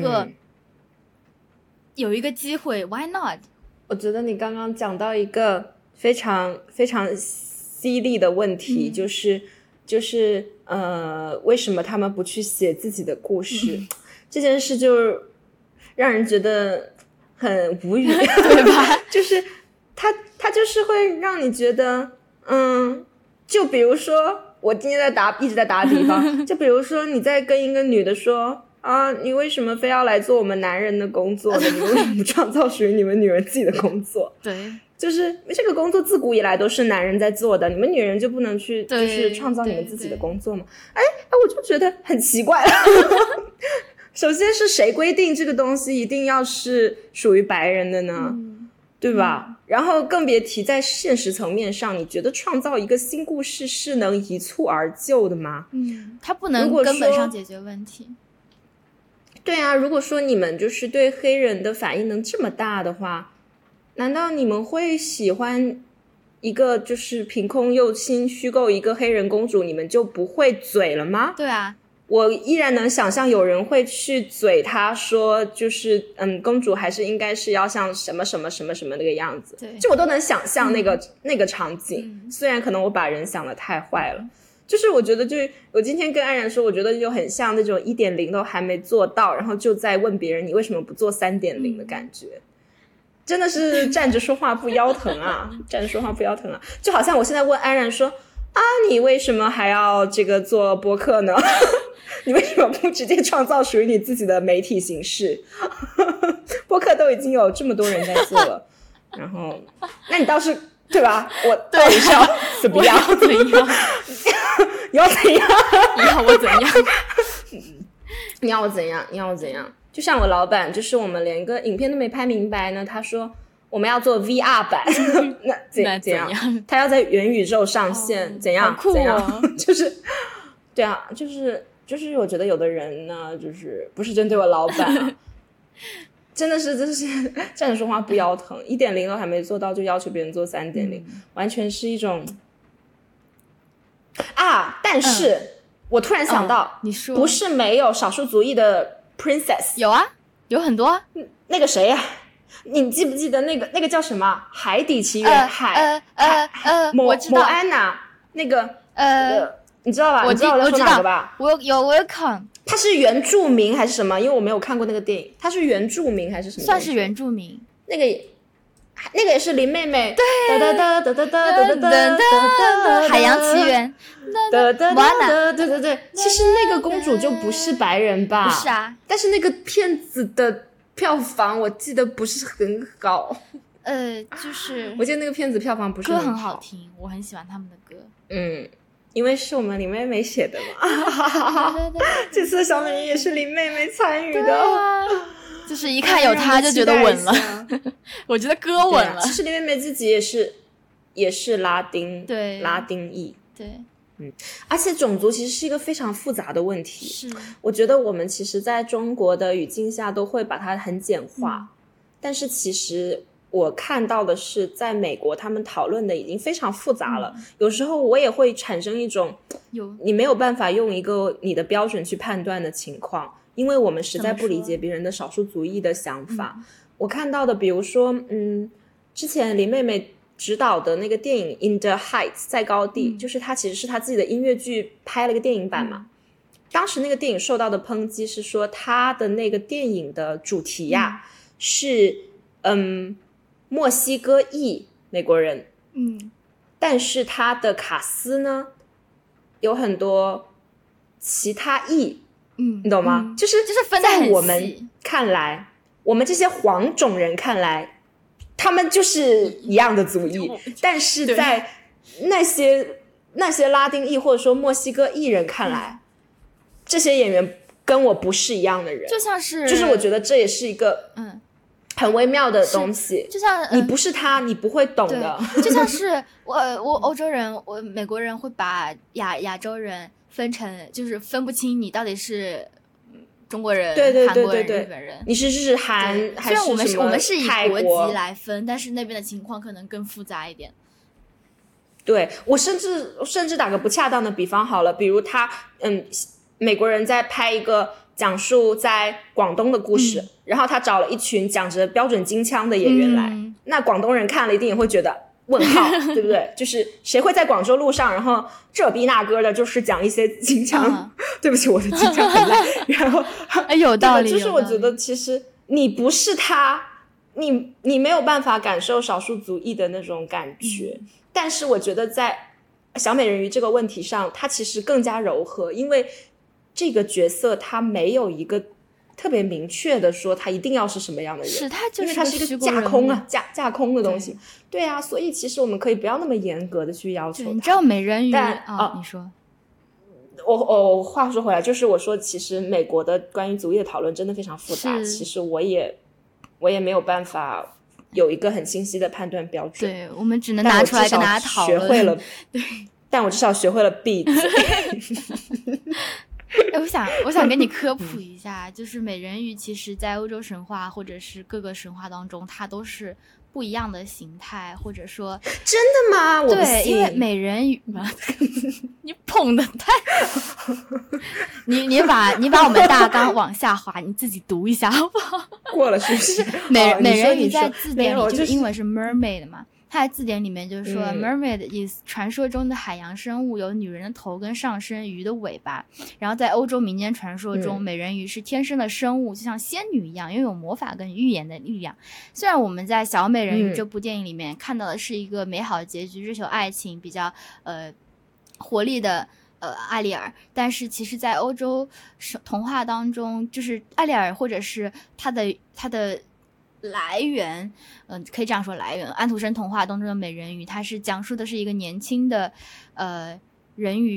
个机会 why not？ 我觉得你刚刚讲到一个非常非常犀利的问题，就是为什么他们不去写自己的故事？这件事就让人觉得很无语，对吧？就是他就是会让你觉得，就比如说我今天一直在打比方，就比如说你在跟一个女的说啊，你为什么非要来做我们男人的工作呢？你为什么不创造属于你们女人自己的工作？ 对， 就是这个工作自古以来都是男人在做的，你们女人就不能去就是创造你们自己的工作吗？我就觉得很奇怪了。首先是谁规定这个东西一定要是属于白人的呢？对吧？然后更别提在现实层面上，你觉得创造一个新故事是能一蹴而就的吗？ 它不能根本上解决问题。 对啊，如果说你们就是对黑人的反应能这么大的话，难道你们会喜欢一个就是凭空又新虚构一个黑人公主，你们就不会嘴了吗？ 对啊， 我依然能想象有人会去嘴他说就是公主还是应该是要像什么什么什么什么那个样子，就我都能想象那个场景，虽然可能我把人想得太坏了。就是我觉得我今天跟安然说，我觉得就很像那种 1.0 都还没做到，然后就在问别人你为什么不做 3.0 的感觉。真的是站着说话不腰疼啊，站着说话不腰疼啊。就好像我现在问安然说啊，你为什么还要这个做播客呢？你为什么不直接创造属于你自己的媒体形式？播客都已经有这么多人在做了，然后那你倒是对吧？我到底是要怎么样？ 我要怎样？ 你要怎样？ 你要我怎样？ 你要我怎样？你要我怎样？就像我老板，就是我们连个影片都没拍明白呢，他说我们要做 VR 版，那怎样？他要在元宇宙上线，怎样？ 好酷哦！ 就是对啊，就是就是我觉得有的人呢，就是不是针对我老板啊真的是站着说话不腰疼，1.0都还没做到就要求别人做3.0，完全是一种啊！但是、我突然想到， 你说不是没有少数族裔的 princess， 有啊，有很多啊。 那个谁呀、你记不记得那个叫什么《海底奇缘》 我知道莫安娜那个你知道吧？ 我知道我在说哪个吧？ 我有看。 他是原住民还是什么？因为我没有看过那个电影，他是原住民还是什么？ 算是原住民。 那个也是林妹妹，对， 海洋奇缘， 对，其实那个公主就不是白人吧？ 不是啊， 但是那个片子的票房我记得不是很高。 就是我记得那个片子票房不是歌很好听，我很喜欢他们的歌。 因为是我们林妹妹写的嘛。对，这次小美人也是林妹妹参与的。 就是一看有她就觉得稳了。我觉得歌稳了。 其实林妹妹自己也是拉丁裔。 对。 而且种族其实是一个非常复杂的问题。 是。 我觉得我们其实在中国的语境下都会把它很简化，但是其实我看到的是在美国他们讨论的已经非常复杂了。有时候我也会产生一种你没有办法用一个你的标准去判断的情况，因为我们实在不理解别人的少数族裔的想法。我看到的比如说之前林妹妹执导的那个电影 In the Heights 在高地，就是她其实是她自己的音乐剧拍了个电影版嘛。当时那个电影受到的抨击是说她的那个电影的主题是墨西哥裔美国人，但是他的卡斯呢有很多其他裔，你懂吗？就是分得很细。 在我们看来，我们这些黄种人看来，他们就是一样的族裔，但是在那些拉丁裔或者说墨西哥裔人看来，这些演员跟我不是一样的人，就是我觉得这也是一个很微妙的东西， 就像你不是他，你不会懂的。 就像是我欧洲人，我美国人会把亚洲人分成，就是分不清你到底是中国人、韩国人、日本人， 你是韩还是什么？ 虽然我们是以国籍来分，但是那边的情况可能更复杂一点。 对，我甚至打个不恰当的比方好了，比如他美国人在拍一个讲述在广东的故事，然后他找了一群讲着标准京腔的演员来，那广东人看了一定也会觉得问号，对不对？就是谁会在广州路上，然后这逼那歌的，就是讲一些京腔，对不起，我的京腔很烂。然后有道理， 就是我觉得其实你不是他，你没有办法感受少数族裔的那种感觉。但是我觉得在小美人鱼这个问题上，它其实更加柔和，因为这个角色他没有一个特别明确的说他一定要是什么样的人， 是他就是因为他是一个架空啊，架空的东西。对啊，所以其实我们可以不要那么严格的去要求他。 你知道美人鱼你说我话说回来，就是我说其实美国的关于族裔的讨论真的非常复杂，其实我也没有办法有一个很清晰的判断标准。 对，我们只能拿出来跟大家讨论。 学会了，对，但我至少学会了闭嘴。 我想跟你科普一下，就是美人鱼其实在欧洲神话或者是各个神话当中，它都是不一样的形态，或者说真的吗？我不信。 对，因为美人鱼你捧的太你把我们大纲往下滑，你自己读一下好不好？ 过了是不是？ 美人鱼在字典里就是英文是 mermaid 嘛，它在字典里面就是说mermaid is 传说中的海洋生物，有女人的头跟上身，鱼的尾巴。然后在欧洲民间传说中，美人鱼是天生的生物，就像仙女一样，拥有魔法跟预言的力量。虽然我们在小美人鱼这部电影里面看到的是一个美好的结局，追求爱情，比较活力的艾丽尔，但是其实在欧洲童话当中，就是艾丽尔或者是她的来源可以这样说，来源安徒生童话当中的美人鱼，它是讲述的是一个年轻的人鱼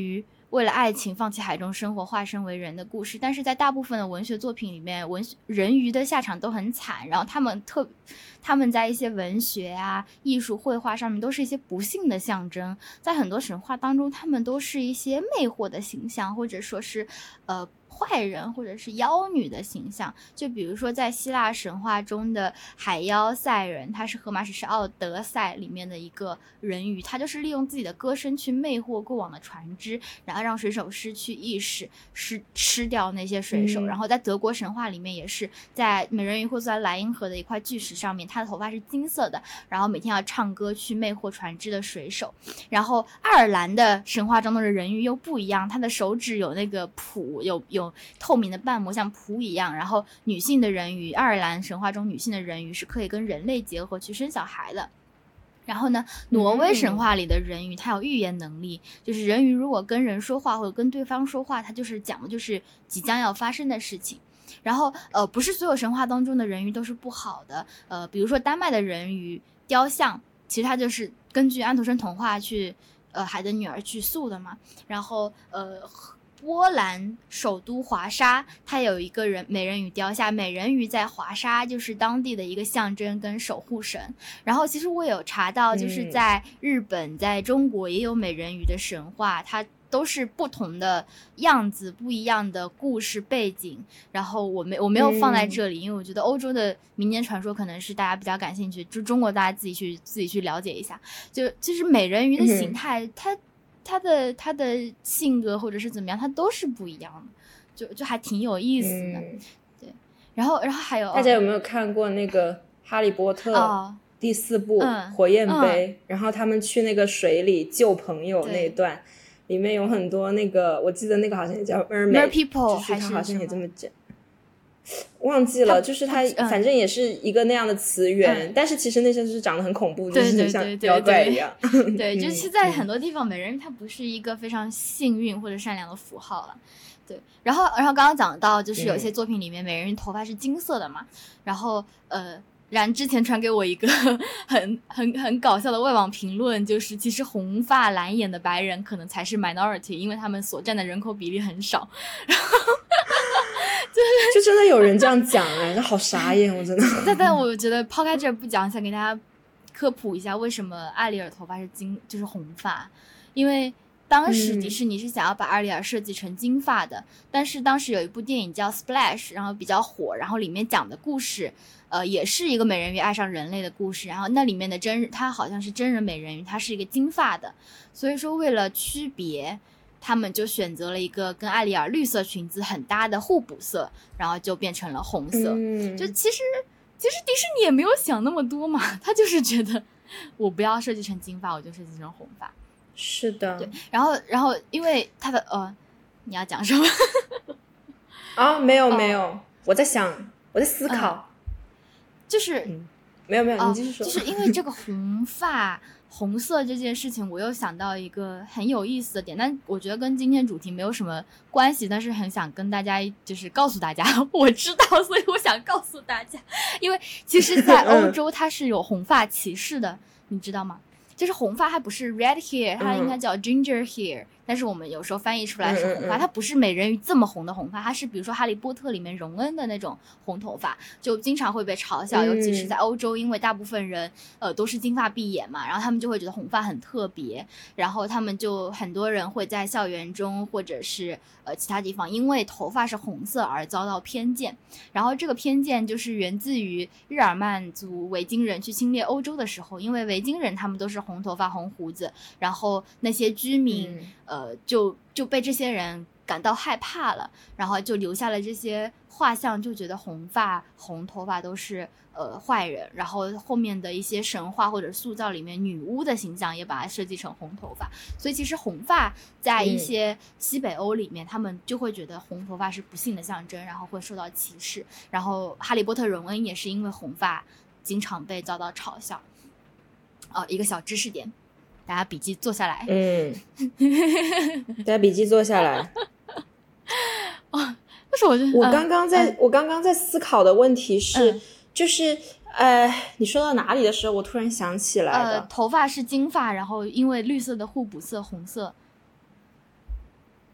为了爱情放弃海中生活化身为人的故事。但是在大部分的文学作品里面，人鱼的下场都很惨，然后他们在一些文学啊、艺术、绘画上面都是一些不幸的象征。在很多神话当中，他们都是一些魅惑的形象，或者说是坏人或者是妖女的形象。就比如说在希腊神话中的海妖赛人，他是荷马史诗《奥德赛》里面的一个人鱼，他就是利用自己的歌声去魅惑过往的船只，然后让水手失去意识，吃掉那些水手。然后在德国神话里面也是，在美人鱼会坐在莱茵河的一块巨石上面，他的头发是金色的，然后每天要唱歌去魅惑船只的水手。然后爱尔兰的神话中的人鱼又不一样，他的手指有那个蹼，有透明的瓣膜，像蹼一样。然后女性的人鱼，爱尔兰神话中女性的人鱼是可以跟人类结合去生小孩的。然后呢，挪威神话里的人鱼它有预言能力，就是人鱼如果跟人说话或者跟对方说话，它就是讲的就是即将要发生的事情。然后不是所有神话当中的人鱼都是不好的，比如说丹麦的人鱼雕像，其实它就是根据安徒生童话去海的女儿去塑的嘛。然后波兰首都华沙它有一个美人鱼雕像，美人鱼在华沙就是当地的一个象征跟守护神。然后其实我有查到，就是在日本在中国也有美人鱼的神话，它都是不同的样子，不一样的故事背景。然后我没有放在这里，因为我觉得欧洲的民间传说可能是大家比较感兴趣，就中国大家自己去了解一下。就其实美人鱼的形态，他的性格或者是怎么样，他都是不一样的，就还挺有意思的。对，然后还有大家有没有看过那个哈利波特第4部火焰杯，然后他们去那个水里救朋友那一段，里面有很多那个，我记得那个好像也叫 Mer People， 就是他好像也这么讲，忘记了，就是他反正也是一个那样的词源，但是其实那些是长得很恐怖，就是像妖怪一样。 对，就是在很多地方美人鱼它不是一个非常幸运或者善良的符号了。对，然后刚刚讲到就是有些作品里面美人鱼头发是金色的嘛，然后然之前传给我一个很搞笑的外网评论，就是其实红发蓝眼的白人可能才是 minority， 因为他们所占的人口比例很少。然后就真的有人这样讲那好傻眼，我真的。 但我觉得抛开这不讲，想给大家科普一下为什么艾丽尔头发是就是红发。因为当时迪士尼是想要把艾丽尔设计成金发的，但是当时有一部电影叫 Splash， 然后比较火，然后里面讲的故事也是一个美人鱼爱上人类的故事，然后那里面的它好像是真人美人鱼，它是一个金发的，所以说为了区别，他们就选择了一个跟艾丽尔绿色裙子很搭的互补色，然后就变成了红色。就其实迪士尼也没有想那么多嘛，他就是觉得我不要设计成金发，我就设计成红发。 是的， 对，然后因为他的你要讲什么？ 没有，我在想，我在思考， 就是没有，你继续说。 就是因为这个红色这件事情，我又想到一个很有意思的点，但我觉得跟今天主题没有什么关系，但是很想跟大家就是告诉大家，我知道，所以我想告诉大家，因为其实在欧洲它是有红发歧视的，你知道吗？就是红发它不是 red hair， 它应该叫 ginger hair，但是我们有时候翻译出来是红发，它不是美人鱼这么红的红发，它是比如说哈利波特里面荣恩的那种红头发，就经常会被嘲笑，尤其是在欧洲，因为大部分人都是金发碧眼嘛，然后他们就会觉得红发很特别，然后他们就很多人会在校园中或者是其他地方因为头发是红色而遭到偏见，然后这个偏见就是源自于日耳曼族维京人去侵略欧洲的时候，因为维京人他们都是红头发红胡子，然后那些居民就被这些人感到害怕了，然后就留下了这些画像，就觉得红发红头发都是坏人，然后后面的一些神话或者塑造里面女巫的形象也把它设计成红头发，所以其实红发在一些西北欧里面他们就会觉得红头发是不幸的象征，然后会受到歧视，然后哈利波特荣恩也是因为红发经常被遭到嘲笑。一个小知识点，大家笔记做下来。 大家笔记做下来。 但是我刚刚在思考的问题是，就是你说到哪里的时候，我突然想起来的。 头发是金发，然后因为绿色的互补色红色。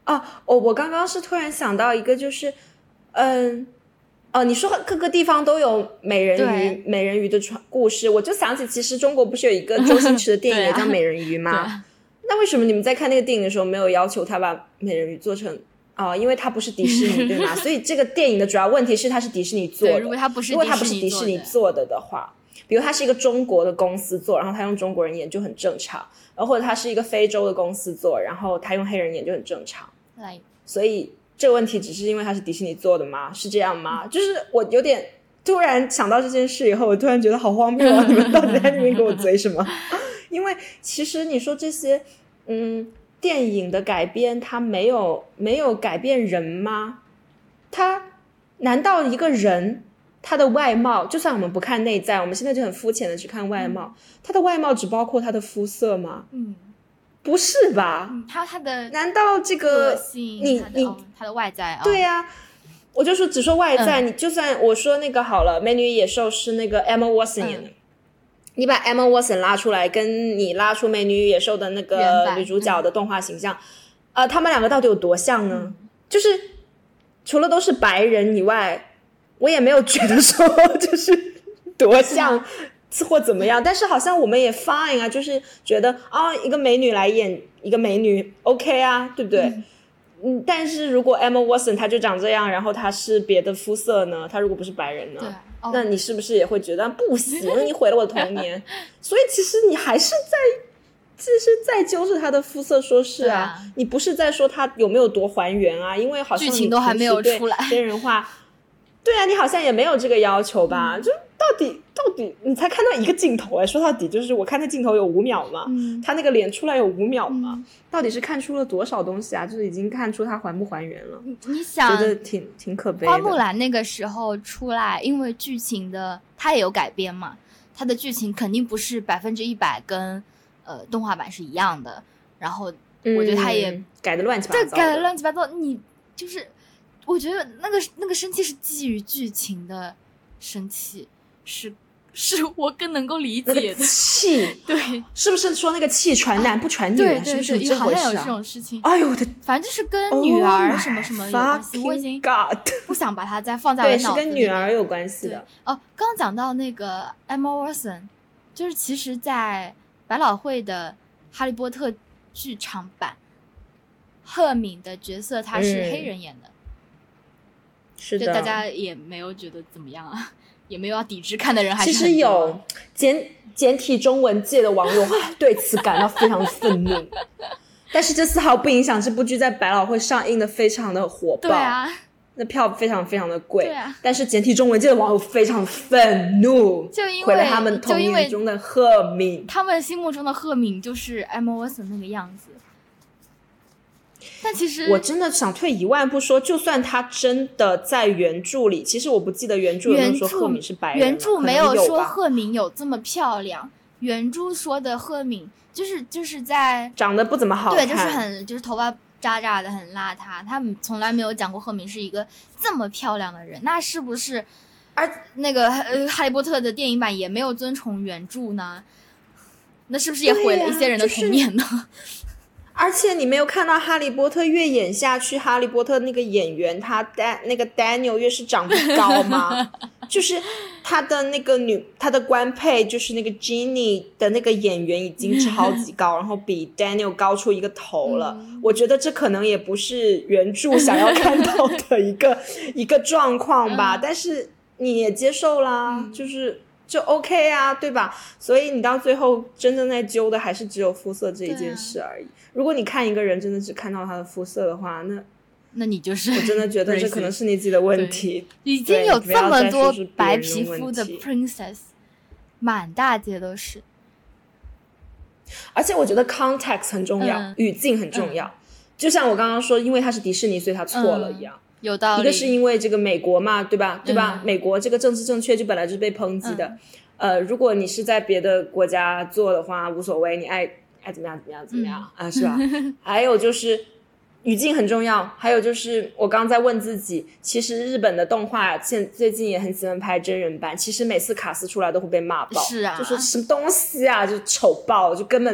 我刚刚是突然想到一个，就是你说各个地方都有美人鱼的故事，我就想起其实中国不是有一个周星驰的电影也叫美人鱼吗？那为什么你们在看那个电影的时候没有要求他把美人鱼做成因为它不是迪士尼对吗？所以这个电影的主要问题是它是迪士尼做的。 如果它不是迪士尼做的话，比如它是一个中国的公司做，然后它用中国人演就很正常，然后或者它是一个非洲的公司做，然后它用黑人演就很正常。所以这个问题只是因为它是迪士尼做的吗？是这样吗？就是我有点突然想到这件事以后，我突然觉得好荒谬啊！你们到底在那边给我嘴什么？因为其实你说这些电影的改编它没有改变人吗？它难道一个人他的外貌，就算我们不看内在，我们现在就很肤浅的去看外貌，他的外貌只包括他的肤色吗？不是吧？ 他的难道这个他的外在对啊，我就说只说外在，你就算我说那个好了，美女与野兽是那个 Emma Watson 演的，你把 Emma Watson 拉出来，跟你拉出美女与野兽的那个女主角的动画形象，他们两个到底有多像呢？就是除了都是白人以外，我也没有觉得说就是多像或怎么样，但是好像我们也 fine 啊，就是觉得一个美女来演一个美女 OK 啊，对不对？但是如果 Emma Watson 她就长这样，然后她是别的肤色呢，她如果不是白人呢，那你是不是也会觉得不行，你毁了我的童年？所以其实你还是在揪着她的肤色说事啊，你不是在说她有没有多还原啊？因为好像剧情都还没有出来， 真人化，对啊，你好像也没有这个要求吧？就到底你才看到一个镜头说到底就是我看那镜头有5秒嘛，他那个脸出来有5秒嘛，到底是看出了多少东西啊？就是已经看出他还不还原了。 你想觉得挺可悲的。 花木兰那个时候出来，因为剧情的它也有改编嘛，它的剧情肯定不是100%跟动画版是一样的，然后我觉得他也改的乱七八糟的， 对，改的乱七八糟。你就是我觉得那个生气是基于剧情的生气，是我更能够理解的。 那个气， 对， 是不是说那个气传男不传女？ 对， 是不是这回事？ 好像有这种事情。 哎呦我的， 反正就是跟女儿什么什么有关系。我已经不想把它再放在我脑子里。 对，是跟女儿有关系的。 刚刚讲到那个 Emma Watson， 就是其实在百老汇的哈利波特剧场版，赫敏的角色他是黑人演的。 是的， 就大家也没有觉得怎么样啊，也没有要抵制看的人还是很多。 其实有简体中文界的网友对此感到非常愤怒，但是这丝毫不影响这部剧在百老汇上映的非常的火爆。 对啊， 那票非常非常的贵。 对啊， 但是简体中文界的网友非常愤怒， 就因为毁了他们童年中的赫敏， 他们心目中的赫敏就是 Emma Watson 那个样子。但其实我真的想退1万步说，就算他真的在原著里，其实我不记得原著有没有说赫敏是白人， 原著没有说赫敏有这么漂亮，原著说的赫敏就是在长得不怎么好看， 对，就是头发渣渣的，很邋遢。他们从来没有讲过赫敏是一个这么漂亮的人，那是不是？而那个哈利波特的电影版也没有遵从原著呢？那是不是也毁了一些人的童年呢？ 而且你没有看到哈利波特越演下去，哈利波特那个演员那个 Daniel 越是长不高吗？就是他的官配就是那个 Ginny 的那个演员已经超级高，然后比 Daniel 高出一个头了。我觉得这可能也不是原著想要看到的一个状况吧，但是你也接受啦，就 OK 啊，对吧？所以你到最后真正在揪的还是只有肤色这一件事而已。如果你看一个人真的只看到他的肤色的话， 那你就是我真的觉得这可能是你自己的问题。 已经有这么多白皮肤的 princess， 满大街都是。 而且我觉得 context 很重要，语境很重要。就像我刚刚说，因为他是迪士尼，所以他错了一样。 有道理。 一个是因为这个美国嘛，对吧？美国这个政治正确就本来就是被抨击的。如果你是在别的国家做的话，无所谓，你爱怎么样啊，是吧？还有就是语境很重要，还有就是我刚刚在问自己，其实日本的动画最近也很喜欢拍真人版，其实每次卡斯出来都会被骂爆， 是啊， 就说什么东西啊，就丑爆，就根本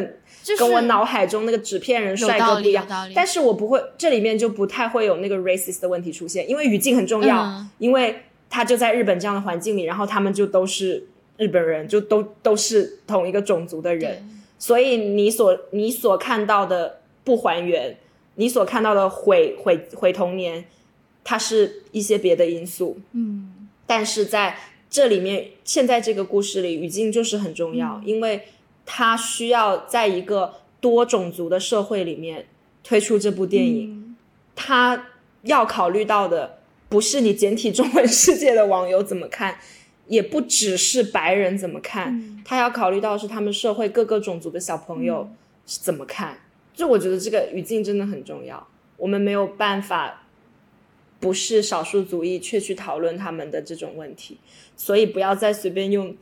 跟我脑海中那个纸片人帅哥不一样，但是我不会，这里面就不太会有那个 racist 的问题出现，因为语境很重要，因为他就在日本这样的环境里，然后他们就都是日本人，就都是同一个种族的人，所以你所看到的不还原，你所看到的毁童年，它是一些别的因素，但是在这里面，现在这个故事里语境就是很重要，因为它需要在一个多种族的社会里面推出这部电影，它要考虑到的不是你简体中文世界的网友怎么看，也不只是白人怎么看，他要考虑到是他们社会各个种族的小朋友是怎么看，就我觉得这个语境真的很重要，我们没有办法不是少数族裔却去讨论他们的这种问题，所以不要再随便用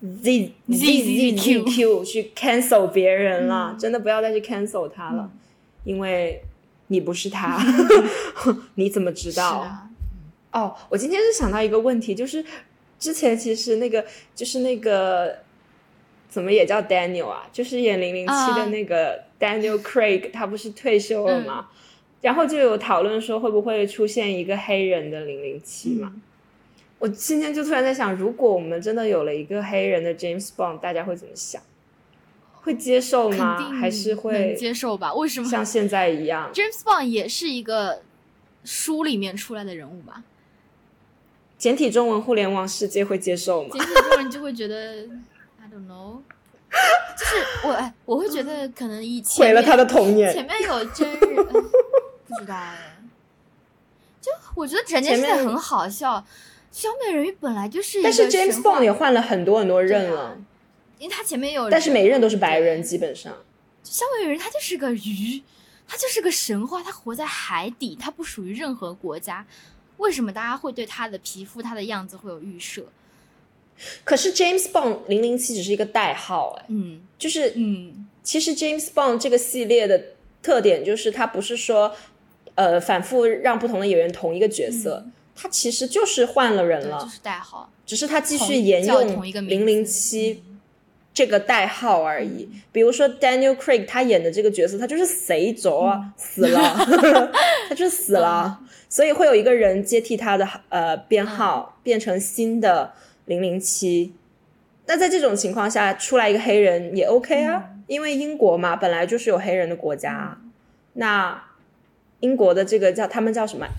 ZZQ 去 cancel 别人了，真的不要再去 cancel 他了，因为你不是他你怎么知道？我今天是想到一个问题，就是之前其实就是那个怎么也叫 Daniel 啊，就是演007的那个 Daniel Craig， 他不是退休了吗？然后就有讨论说会不会出现一个黑人的007嘛，我今天就突然在想，如果我们真的有了一个黑人的 James Bond， 大家会怎么想？会接受吗？还是会能接受吧？为什么像现在一样 James Bond 也是一个书里面出来的人物吧？ 简体中文互联网世界会接受吗？ 简体中文就会觉得I don't know， 就是我会觉得可能以前毁了他的童年， 前面有真人不知道就我觉得整件事情很好笑，小美人鱼本来就是一个神话， 但是 James Bond 也换了很多任了， 因为他前面有人， 但是每一任都是白人，基本上小美人鱼他就是个鱼，他就是个神话，他活在海底，他不属于任何国家，为什么大家会对他的皮肤他的样子会有预设？ 可是 James Bond 007只是一个代号就是其实 James Bond 这个系列的特点就是他不是说反复让不同的演员同一个角色，他其实就是换了人了， 就是代号， 只是他继续沿用007这个代号而已。比如说 Daniel Craig 他演的这个角色，他就是死咗死了他就是死了所以会有一个人接替他的编号变成新的007，那在这种情况下出来一个黑人也 OK 啊，因为英国嘛本来就是有黑人的国家那英国的这个他们叫什么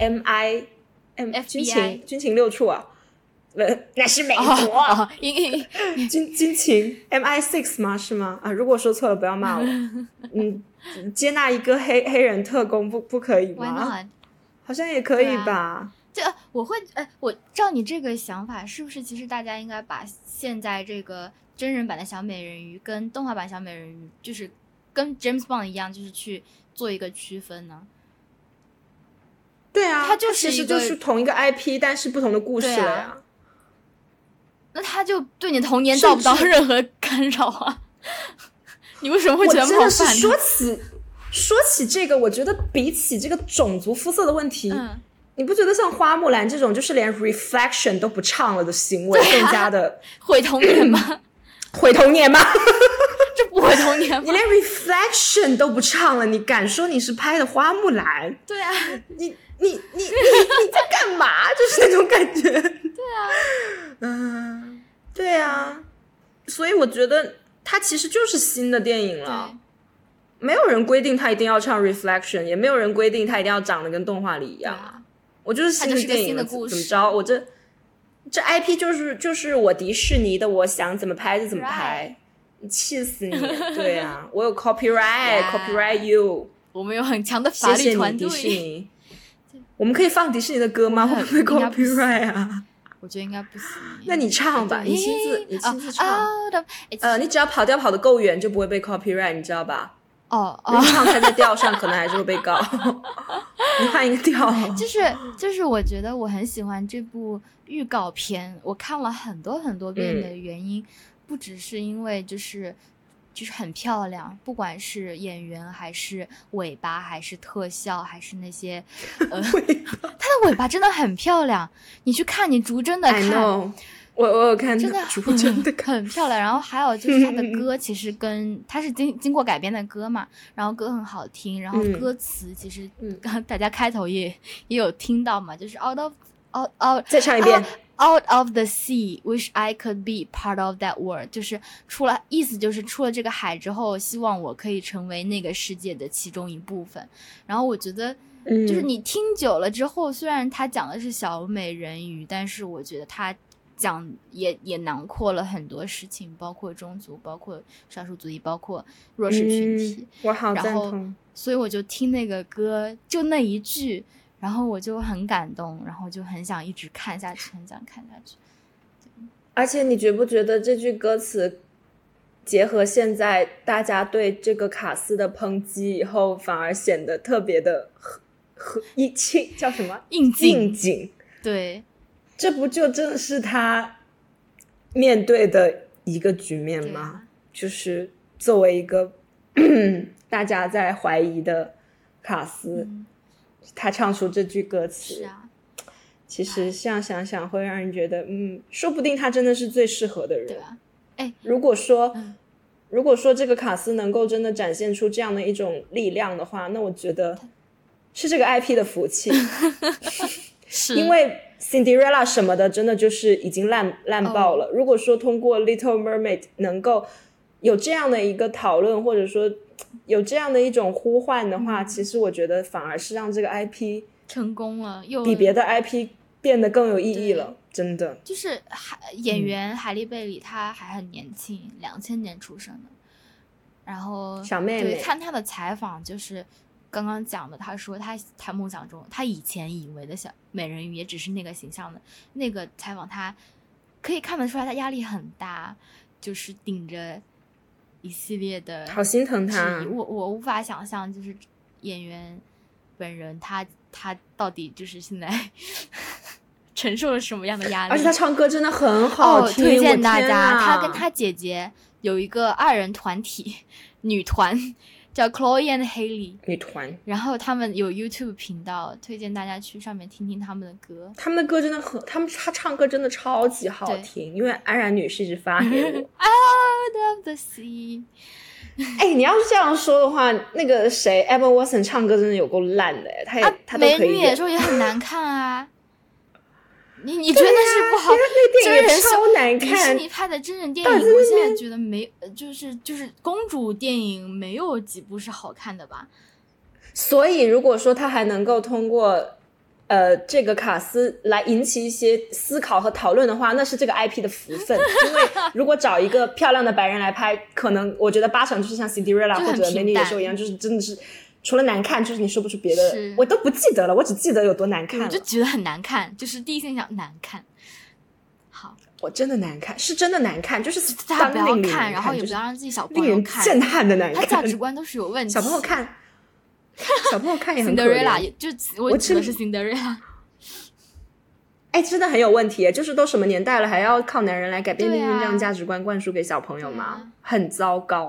FBI 军情六处啊，那是美国军情 MI6 吗？是吗？如果说错了不要骂我接纳一个黑人特工不可以吗？好像也可以吧。 我照你这个想法，是不是其实大家应该把现在这个真人版的小美人鱼跟动画版小美人鱼就是跟 James Bond 一样，就是去做一个区分呢？ 对啊， 它就是其实就是同一个 IP 但是不同的故事了呀那他就对你童年造不到任何干扰啊你为什么会觉得冒犯呢？ 我真的是说起这个，我觉得比起这个种族肤色的问题你不觉得像花木兰这种就是连 reflection 都不唱了的行为更加的毁童年吗？ 毁童年吗？ 这不毁童年吗？ 你连 reflection 都不唱了，你敢说你是拍的花木兰？ 对啊， 你在干嘛？就是那种感觉。 对啊， 对啊，所以我觉得它其实就是新的电影了。没有人规定他一定要唱 reflection， 也没有人规定他一定要长得跟动画里一样啊。我就是新的电影了，怎么着？我这 IP 就是我迪士尼的，我想怎么拍就怎么拍，气死你！对啊，我有 copyright you， 我们有很强的法律团队。 谢谢你迪士尼。我们可以放迪士尼的歌吗？会不会 copyright 啊？ 我觉得应该不行。 那你唱吧，你亲自唱。你只要跑调跑得够远，就不会被 copyright， 你知道吧？你唱开在调上可能还是会被告你换一个调。 就是我觉得我很喜欢这部预告片，我看了很多很多遍的原因不只是因为就是很漂亮，不管是演员还是尾巴还是特效还是那些它的尾巴真的很漂亮，你去看，你逐帧的看， 我有看真的很漂亮。然后还有就是他的歌其实跟他是经过改编的歌嘛，然后歌很好听，然后歌词其实大家开头也有听到嘛，就是再唱一遍 Out of the sea, wish I could be part of that world， 就是意思就是出了这个海之后，希望我可以成为那个世界的其中一部分。然后我觉得就是你听久了之后，虽然他讲的是小美人鱼，但是我觉得他讲也囊括了很多事情，包括种族，包括少数族裔，包括弱势群体。 我好赞同。 然后所以我就听那个歌，就那一句，然后我就很感动，然后就很想一直看下去，很想看下去。 而且你觉不觉得这句歌词结合现在大家对这个卡斯的抨击以后，反而显得特别的叫什么应景？ 对， 这不就正是他面对的一个局面吗？就是作为一个大家在怀疑的卡斯，他唱出这句歌词， 是啊， 其实这样想想会让人觉得说不定他真的是最适合的人。 对啊， 如果说这个卡斯能够真的展现出这样的一种力量的话，那我觉得是这个 IP 的福气。 是因为 Cinderella 什么的真的就是已经烂爆了。如果说通过 Little Mermaid 能够有这样的一个讨论，或者说有这样的一种呼唤的话，其实我觉得反而是让这个 IP 成功了， 比别的 IP 变得更有意义了。真的就是演员海莉贝里她还很年轻，2000年出生的，然后小妹妹， 对，看她的采访就是刚刚讲的，她说她梦想中她以前以为的小美人鱼也只是那个形象的。那个采访她可以看得出来她压力很大，就是顶着一系列的， 好心疼她。 我无法想象就是演员本人他到底就是现在承受了什么样的压力。 而且他唱歌真的很好听， 推荐大家。他跟他姐姐有一个2人团体女团叫 Chloe and Haley 女团， 然后他们有 YouTube 频道，推荐大家去上面听听他们的歌。 他们的歌真的他唱歌真的超级好听，因为安然女士一直发给我 Out of the sea 你要是这样说的话，那个谁 Emma Watson 唱歌真的有够烂的，他都可以美女野兽也很难看啊你觉得是不好？ 那电影也超难看。 迪士尼拍的真人电影，我现在觉得没，就是公主电影没有几部是好看的吧。 所以如果说他还能够通过这个卡斯来引起一些思考和讨论的话，那是这个 IP 的福分。因为如果找一个漂亮的白人来拍，可能我觉得8成就是像 Cinderella 或者美女野兽一样，就是真的是除了难看，就是你说不出别的，我都不记得了，我只记得有多难看了。 我就觉得很难看，就是第一印象难看。好， 我真的难看，是真的难看，就是大家不要看，然后也不要让自己小朋友看， 令人震撼的难看， 他价值观都是有问题。 小朋友看也很可怜。 Cinderella 就我指的是 Cinderella。 真的很有问题，就是都什么年代了，还要靠男人来改变命运，这样价值观灌输给小朋友吗？很糟糕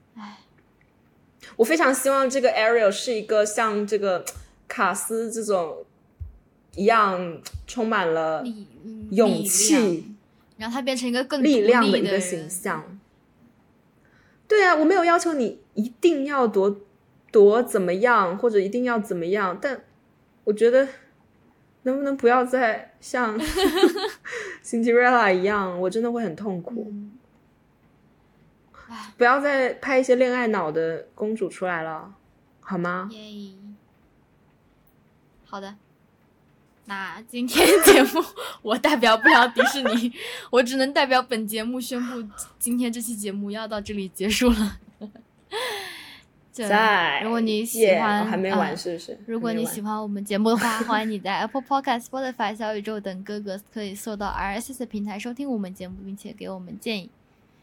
我非常希望这个 Ariel 是一个像这个卡斯这种一样充满了勇气， 让他变成一个更力量的一个形象。对啊，我没有要求你一定要多怎么样，或者一定要怎么样，但我觉得能不能不要再像Cinderella 一样，我真的会很痛苦。不要再拍一些恋爱脑的公主出来了，好吗？ 好的，那今天节目我代表不了迪士尼，我只能代表本节目宣布，今天这期节目要到这里结束了。如果你喜欢， 还没完是不是？ 如果你喜欢我们节目的话，欢迎你在 Apple Podcast、Spotify、小宇宙等各个可以搜到 RSS 的平台收听我们节目，并且给我们建议。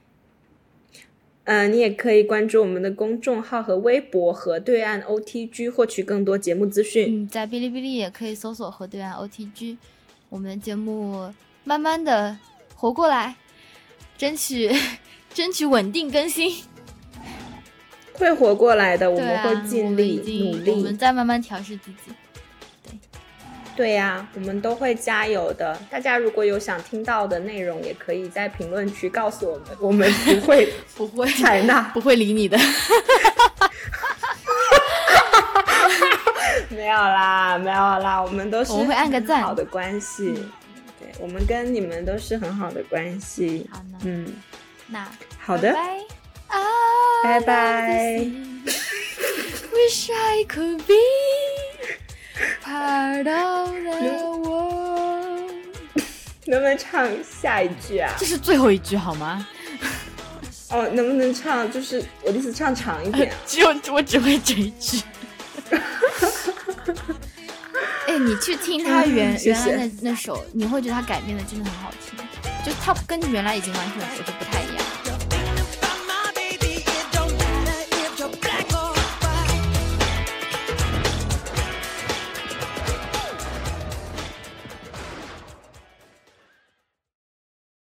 你也可以关注我们的公众号和微博和对岸 OTG 获取更多节目资讯。 在哔哩哔哩也可以搜索和对岸 OTG。我们的节目慢慢的活过来，争取稳定更新。 会活过来的，我们会尽力努力， 我们再慢慢调试自己。对， 对呀，我们都会加油的。大家如果有想听到的内容，也可以在评论区告诉我们，我们不会采纳， 不会理你的。 没有啦，我们都是我们会按个赞， 好的关系。对，我们跟你们都是很好的关系。 好呢，那好的， 拜拜。 Wish I could be part of the world。 能不能唱下一句啊？ 这是最后一句好吗？ 哦，能不能唱？就是我的意思，唱长一点啊。 我只会这一句。哎，你去听他原来的那首，你会觉得他改编的真的很好听，就他跟原来已经完全不太一样。